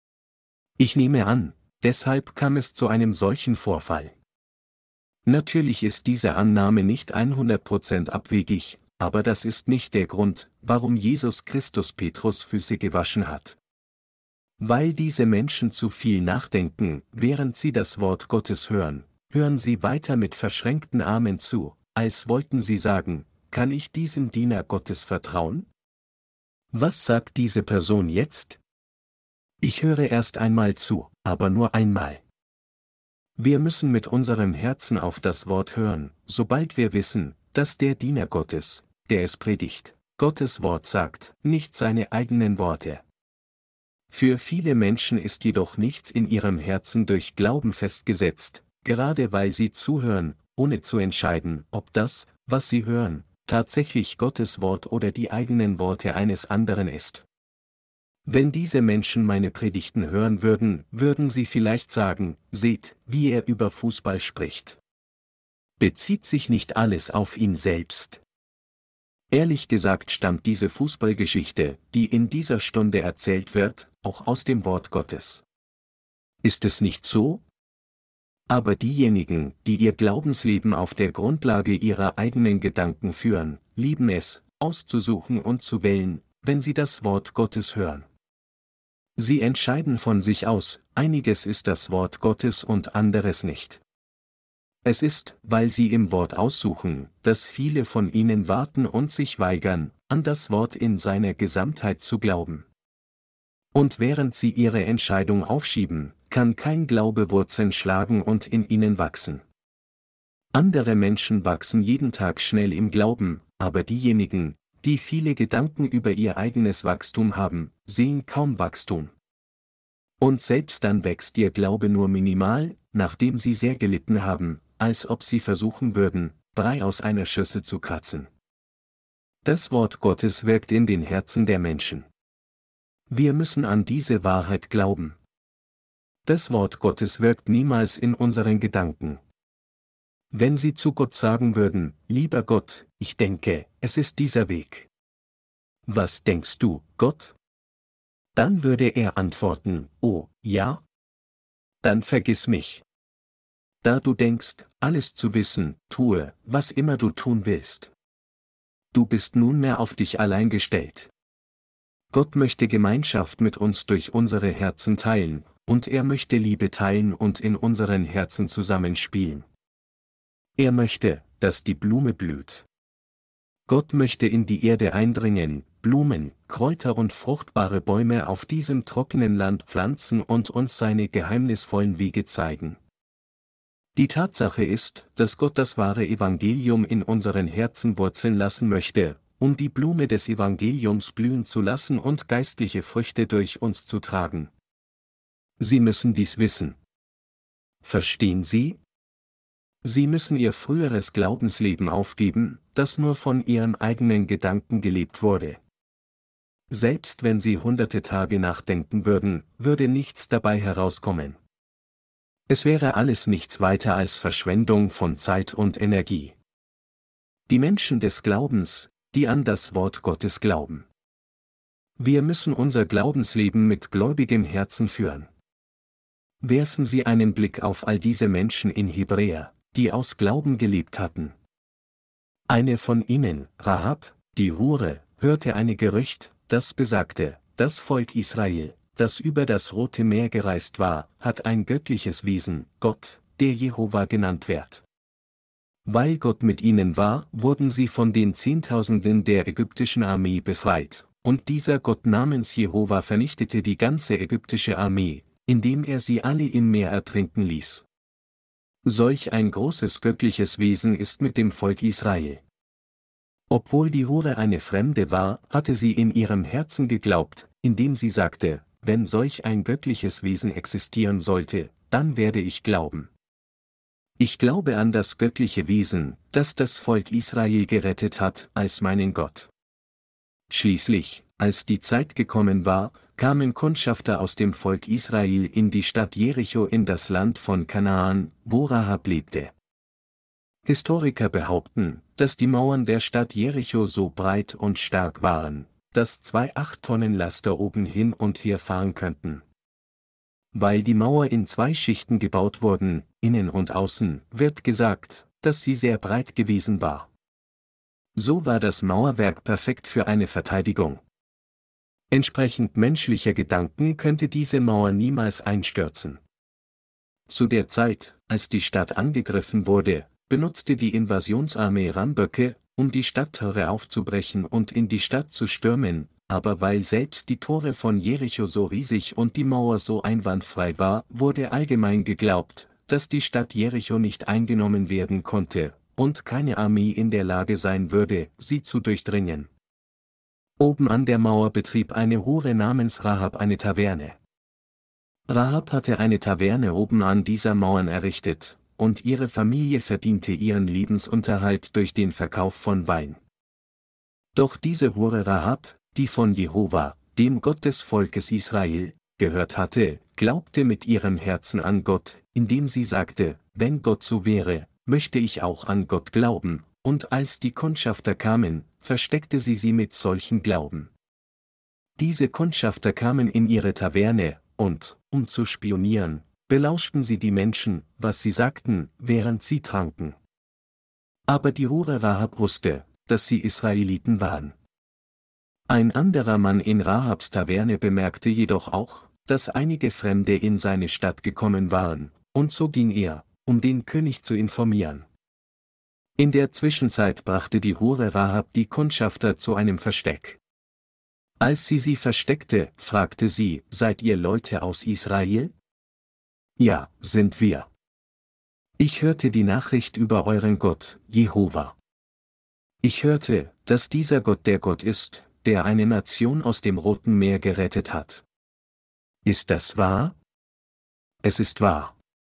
[SPEAKER 1] Ich nehme an, deshalb kam es zu einem solchen Vorfall. Natürlich ist diese Annahme nicht 100% abwegig, aber das ist nicht der Grund, warum Jesus Christus Petrus Füße gewaschen hat. Weil diese Menschen zu viel nachdenken, während sie das Wort Gottes hören, hören sie weiter mit verschränkten Armen zu, als wollten sie sagen, kann ich diesem Diener Gottes vertrauen? Was sagt diese Person jetzt? Ich höre erst einmal zu, aber nur einmal. Wir müssen mit unserem Herzen auf das Wort hören, sobald wir wissen, dass der Diener Gottes, der es predigt, Gottes Wort sagt, nicht seine eigenen Worte. Für viele Menschen ist jedoch nichts in ihrem Herzen durch Glauben festgesetzt, gerade weil sie zuhören, ohne zu entscheiden, ob das, was sie hören, tatsächlich Gottes Wort oder die eigenen Worte eines anderen ist. Wenn diese Menschen meine Predigten hören würden, würden sie vielleicht sagen, seht, wie er über Fußball spricht. Bezieht sich nicht alles auf ihn selbst? Ehrlich gesagt stammt diese Fußballgeschichte, die in dieser Stunde erzählt wird, auch aus dem Wort Gottes. Ist es nicht so? Aber diejenigen, die ihr Glaubensleben auf der Grundlage ihrer eigenen Gedanken führen, lieben es, auszusuchen und zu wählen, wenn sie das Wort Gottes hören. Sie entscheiden von sich aus, einiges ist das Wort Gottes und anderes nicht. Es ist, weil sie im Wort aussuchen, dass viele von ihnen warten und sich weigern, an das Wort in seiner Gesamtheit zu glauben. Und während sie ihre Entscheidung aufschieben, kann kein Glaube Wurzeln schlagen und in ihnen wachsen. Andere Menschen wachsen jeden Tag schnell im Glauben, aber diejenigen, die viele Gedanken über ihr eigenes Wachstum haben, sehen kaum Wachstum. Und selbst dann wächst ihr Glaube nur minimal, nachdem sie sehr gelitten haben, als ob sie versuchen würden, Brei aus einer Schüssel zu kratzen. Das Wort Gottes wirkt in den Herzen der Menschen. Wir müssen an diese Wahrheit glauben. Das Wort Gottes wirkt niemals in unseren Gedanken. Wenn Sie zu Gott sagen würden, lieber Gott, ich denke, es ist dieser Weg. Was denkst du, Gott? Dann würde er antworten, oh, ja? Dann vergiss mich. Da du denkst, alles zu wissen, tue, was immer du tun willst. Du bist nunmehr auf dich allein gestellt. Gott möchte Gemeinschaft mit uns durch unsere Herzen teilen, und er möchte Liebe teilen und in unseren Herzen zusammenspielen. Er möchte, dass die Blume blüht. Gott möchte in die Erde eindringen, Blumen, Kräuter und fruchtbare Bäume auf diesem trockenen Land pflanzen und uns seine geheimnisvollen Wege zeigen. Die Tatsache ist, dass Gott das wahre Evangelium in unseren Herzen wurzeln lassen möchte, um die Blume des Evangeliums blühen zu lassen und geistliche Früchte durch uns zu tragen. Sie müssen dies wissen. Verstehen Sie? Sie müssen Ihr früheres Glaubensleben aufgeben, das nur von Ihren eigenen Gedanken gelebt wurde. Selbst wenn Sie hunderte Tage nachdenken würden, würde nichts dabei herauskommen. Es wäre alles nichts weiter als Verschwendung von Zeit und Energie. Die Menschen des Glaubens, die an das Wort Gottes glauben. Wir müssen unser Glaubensleben mit gläubigem Herzen führen. Werfen Sie einen Blick auf all diese Menschen in Hebräer, die aus Glauben gelebt hatten. Eine von ihnen, Rahab, die Hure, hörte ein Gerücht, das besagte, das Volk Israel, das über das Rote Meer gereist war, hat ein göttliches Wesen, Gott, der Jehova genannt wird. Weil Gott mit ihnen war, wurden sie von den Zehntausenden der ägyptischen Armee befreit, und dieser Gott namens Jehova vernichtete die ganze ägyptische Armee, indem er sie alle im Meer ertrinken ließ. Solch ein großes göttliches Wesen ist mit dem Volk Israel. Obwohl die Hure eine Fremde war, hatte sie in ihrem Herzen geglaubt, indem sie sagte, wenn solch ein göttliches Wesen existieren sollte, dann werde ich glauben. Ich glaube an das göttliche Wesen, das das Volk Israel gerettet hat, als meinen Gott. Schließlich, als die Zeit gekommen war, kamen Kundschafter aus dem Volk Israel in die Stadt Jericho in das Land von Kanaan, wo Rahab lebte. Historiker behaupten, dass die Mauern der Stadt Jericho so breit und stark waren, dass 2 8-Tonnen-Laster oben hin und her fahren könnten. Weil die Mauer in 2 Schichten gebaut wurden, innen und außen, wird gesagt, dass sie sehr breit gewesen war. So war das Mauerwerk perfekt für eine Verteidigung. Entsprechend menschlicher Gedanken könnte diese Mauer niemals einstürzen. Zu der Zeit, als die Stadt angegriffen wurde, benutzte die Invasionsarmee Ramböcke, um die Stadttore aufzubrechen und in die Stadt zu stürmen, aber weil selbst die Tore von Jericho so riesig und die Mauer so einwandfrei war, wurde allgemein geglaubt, dass die Stadt Jericho nicht eingenommen werden konnte, und keine Armee in der Lage sein würde, sie zu durchdringen. Oben an der Mauer betrieb eine Hure namens Rahab eine Taverne. Rahab hatte eine Taverne oben an dieser Mauern errichtet, und ihre Familie verdiente ihren Lebensunterhalt durch den Verkauf von Wein. Doch diese Hure Rahab, die von Jehova, dem Gott des Volkes Israel, gehört hatte, glaubte mit ihrem Herzen an Gott, indem sie sagte, wenn Gott so wäre, möchte ich auch an Gott glauben, und als die Kundschafter kamen, versteckte sie mit solchen Glauben. Diese Kundschafter kamen in ihre Taverne, und, um zu spionieren, belauschten sie die Menschen, was sie sagten, während sie tranken. Aber die Hure Rahab wusste, dass sie Israeliten waren. Ein anderer Mann in Rahabs Taverne bemerkte jedoch auch, dass einige Fremde in seine Stadt gekommen waren, und so ging er, um den König zu informieren. In der Zwischenzeit brachte die Hure Rahab die Kundschafter zu einem Versteck. Als sie versteckte, fragte sie, seid ihr Leute aus Israel? Ja, sind wir. Ich hörte die Nachricht über euren Gott, Jehova. Ich hörte, dass dieser Gott der Gott ist, der eine Nation aus dem Roten Meer gerettet hat. Ist das wahr? Es ist wahr.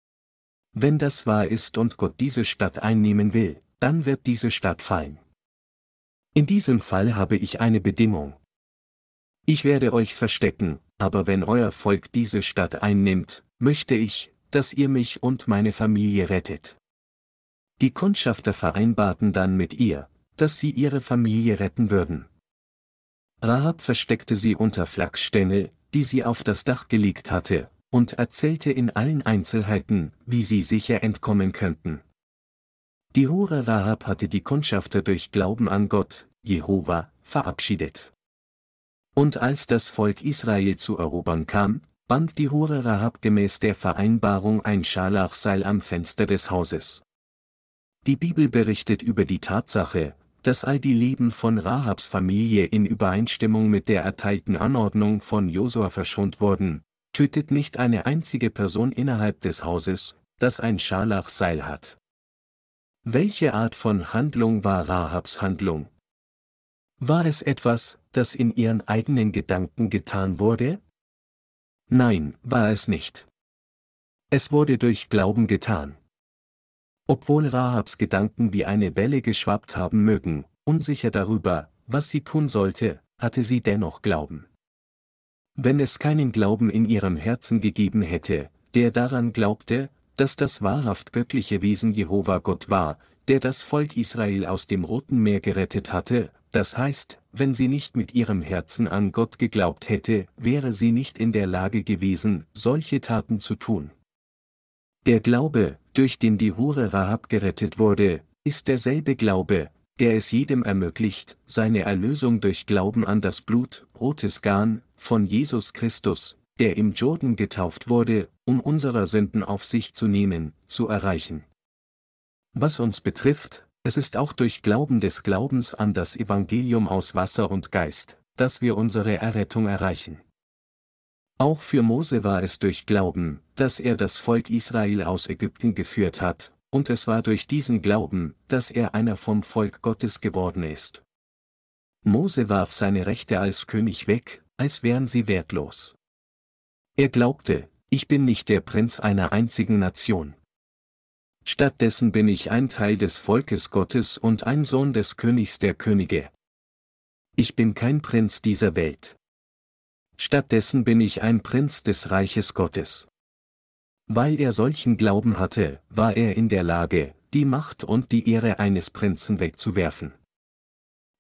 [SPEAKER 1] Wenn das wahr ist und Gott diese Stadt einnehmen will, dann wird diese Stadt fallen. In diesem Fall habe ich eine Bedingung. Ich werde euch verstecken, aber wenn euer Volk diese Stadt einnimmt, möchte ich, dass ihr mich und meine Familie rettet. Die Kundschafter vereinbarten dann mit ihr, dass sie ihre Familie retten würden. Rahab versteckte sie unter Flachsstängel, die sie auf das Dach gelegt hatte, und erzählte in allen Einzelheiten, wie sie sicher entkommen könnten. Die Hure Rahab hatte die Kundschafter durch Glauben an Gott, Jehova, verabschiedet. Und als das Volk Israel zu erobern kam, band die Hure Rahab gemäß der Vereinbarung ein Scharlachseil am Fenster des Hauses. Die Bibel berichtet über die Tatsache, dass all die Leben von Rahabs Familie in Übereinstimmung mit der erteilten Anordnung von Josua verschont wurden, tötet nicht eine einzige Person innerhalb des Hauses, das ein Scharlachseil hat. Welche Art von Handlung war Rahabs Handlung? War es etwas, das in ihren eigenen Gedanken getan wurde? Nein, war es nicht. Es wurde durch Glauben getan. Obwohl Rahabs Gedanken wie eine Welle geschwappt haben mögen, unsicher darüber, was sie tun sollte, hatte sie dennoch Glauben. Wenn es keinen Glauben in ihrem Herzen gegeben hätte, der daran glaubte, dass das wahrhaft göttliche Wesen Jehova Gott war, der das Volk Israel aus dem Roten Meer gerettet hatte, das heißt, wenn sie nicht mit ihrem Herzen an Gott geglaubt hätte, wäre sie nicht in der Lage gewesen, solche Taten zu tun. Der Glaube, durch den die Hure Rahab gerettet wurde, ist derselbe Glaube, der es jedem ermöglicht, seine Erlösung durch Glauben an das Blut, rotes Garn, von Jesus Christus, der im Jordan getauft wurde, um unserer Sünden auf sich zu nehmen, zu erreichen. Was uns betrifft, es ist auch durch Glauben des Glaubens an das Evangelium aus Wasser und Geist, dass wir unsere Errettung erreichen. Auch für Mose war es durch Glauben, dass er das Volk Israel aus Ägypten geführt hat, und es war durch diesen Glauben, dass er einer vom Volk Gottes geworden ist. Mose warf seine Rechte als König weg, als wären sie wertlos. Er glaubte, ich bin nicht der Prinz einer einzigen Nation. Stattdessen bin ich ein Teil des Volkes Gottes und ein Sohn des Königs der Könige. Ich bin kein Prinz dieser Welt. Stattdessen bin ich ein Prinz des Reiches Gottes. Weil er solchen Glauben hatte, war er in der Lage, die Macht und die Ehre eines Prinzen wegzuwerfen.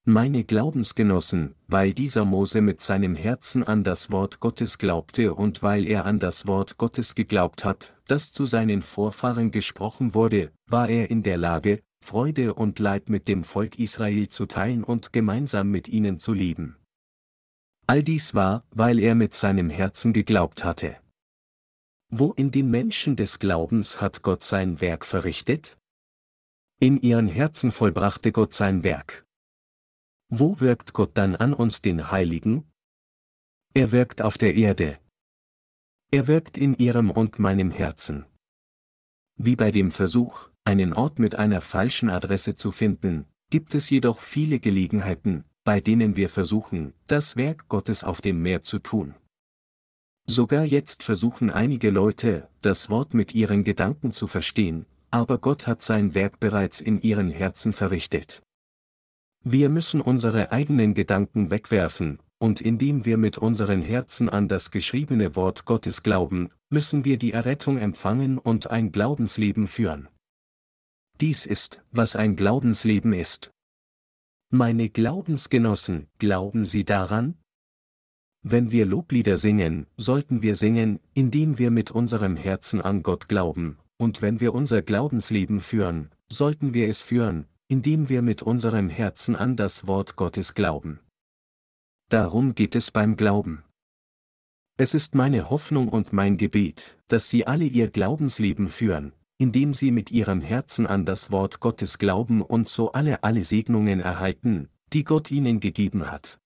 [SPEAKER 1] Meine Glaubensgenossen, weil dieser Mose mit seinem Herzen an das Wort Gottes glaubte und weil er an das Wort Gottes geglaubt hat, das zu seinen Vorfahren gesprochen wurde, war er in der Lage, Freude und Leid mit dem Volk Israel zu teilen und gemeinsam mit ihnen zu leben. All dies war, weil er mit seinem Herzen geglaubt hatte. Wo in den Menschen des Glaubens hat Gott sein Werk verrichtet? In ihren Herzen vollbrachte Gott sein Werk. Wo wirkt Gott dann an uns den Heiligen? Er wirkt auf der Erde. Er wirkt in ihrem und meinem Herzen. Wie bei dem Versuch, einen Ort mit einer falschen Adresse zu finden, gibt es jedoch viele Gelegenheiten, bei denen wir versuchen, das Werk Gottes auf dem Meer zu tun. Sogar jetzt versuchen einige Leute, das Wort mit ihren Gedanken zu verstehen, aber Gott hat sein Werk bereits in ihren Herzen verrichtet. Wir müssen unsere eigenen Gedanken wegwerfen, und indem wir mit unseren Herzen an das geschriebene Wort Gottes glauben, müssen wir die Errettung empfangen und ein Glaubensleben führen. Dies ist, was ein Glaubensleben ist. Meine Glaubensgenossen, glauben Sie daran? Wenn wir Loblieder singen, sollten wir singen, indem wir mit unserem Herzen an Gott glauben, und wenn wir unser Glaubensleben führen, sollten wir es führen, indem wir mit unserem Herzen an das Wort Gottes glauben. Darum geht es beim Glauben. Es ist meine Hoffnung und mein Gebet, dass Sie alle Ihr Glaubensleben führen, indem Sie mit Ihrem Herzen an das Wort Gottes glauben und so alle Segnungen erhalten, die Gott Ihnen gegeben hat.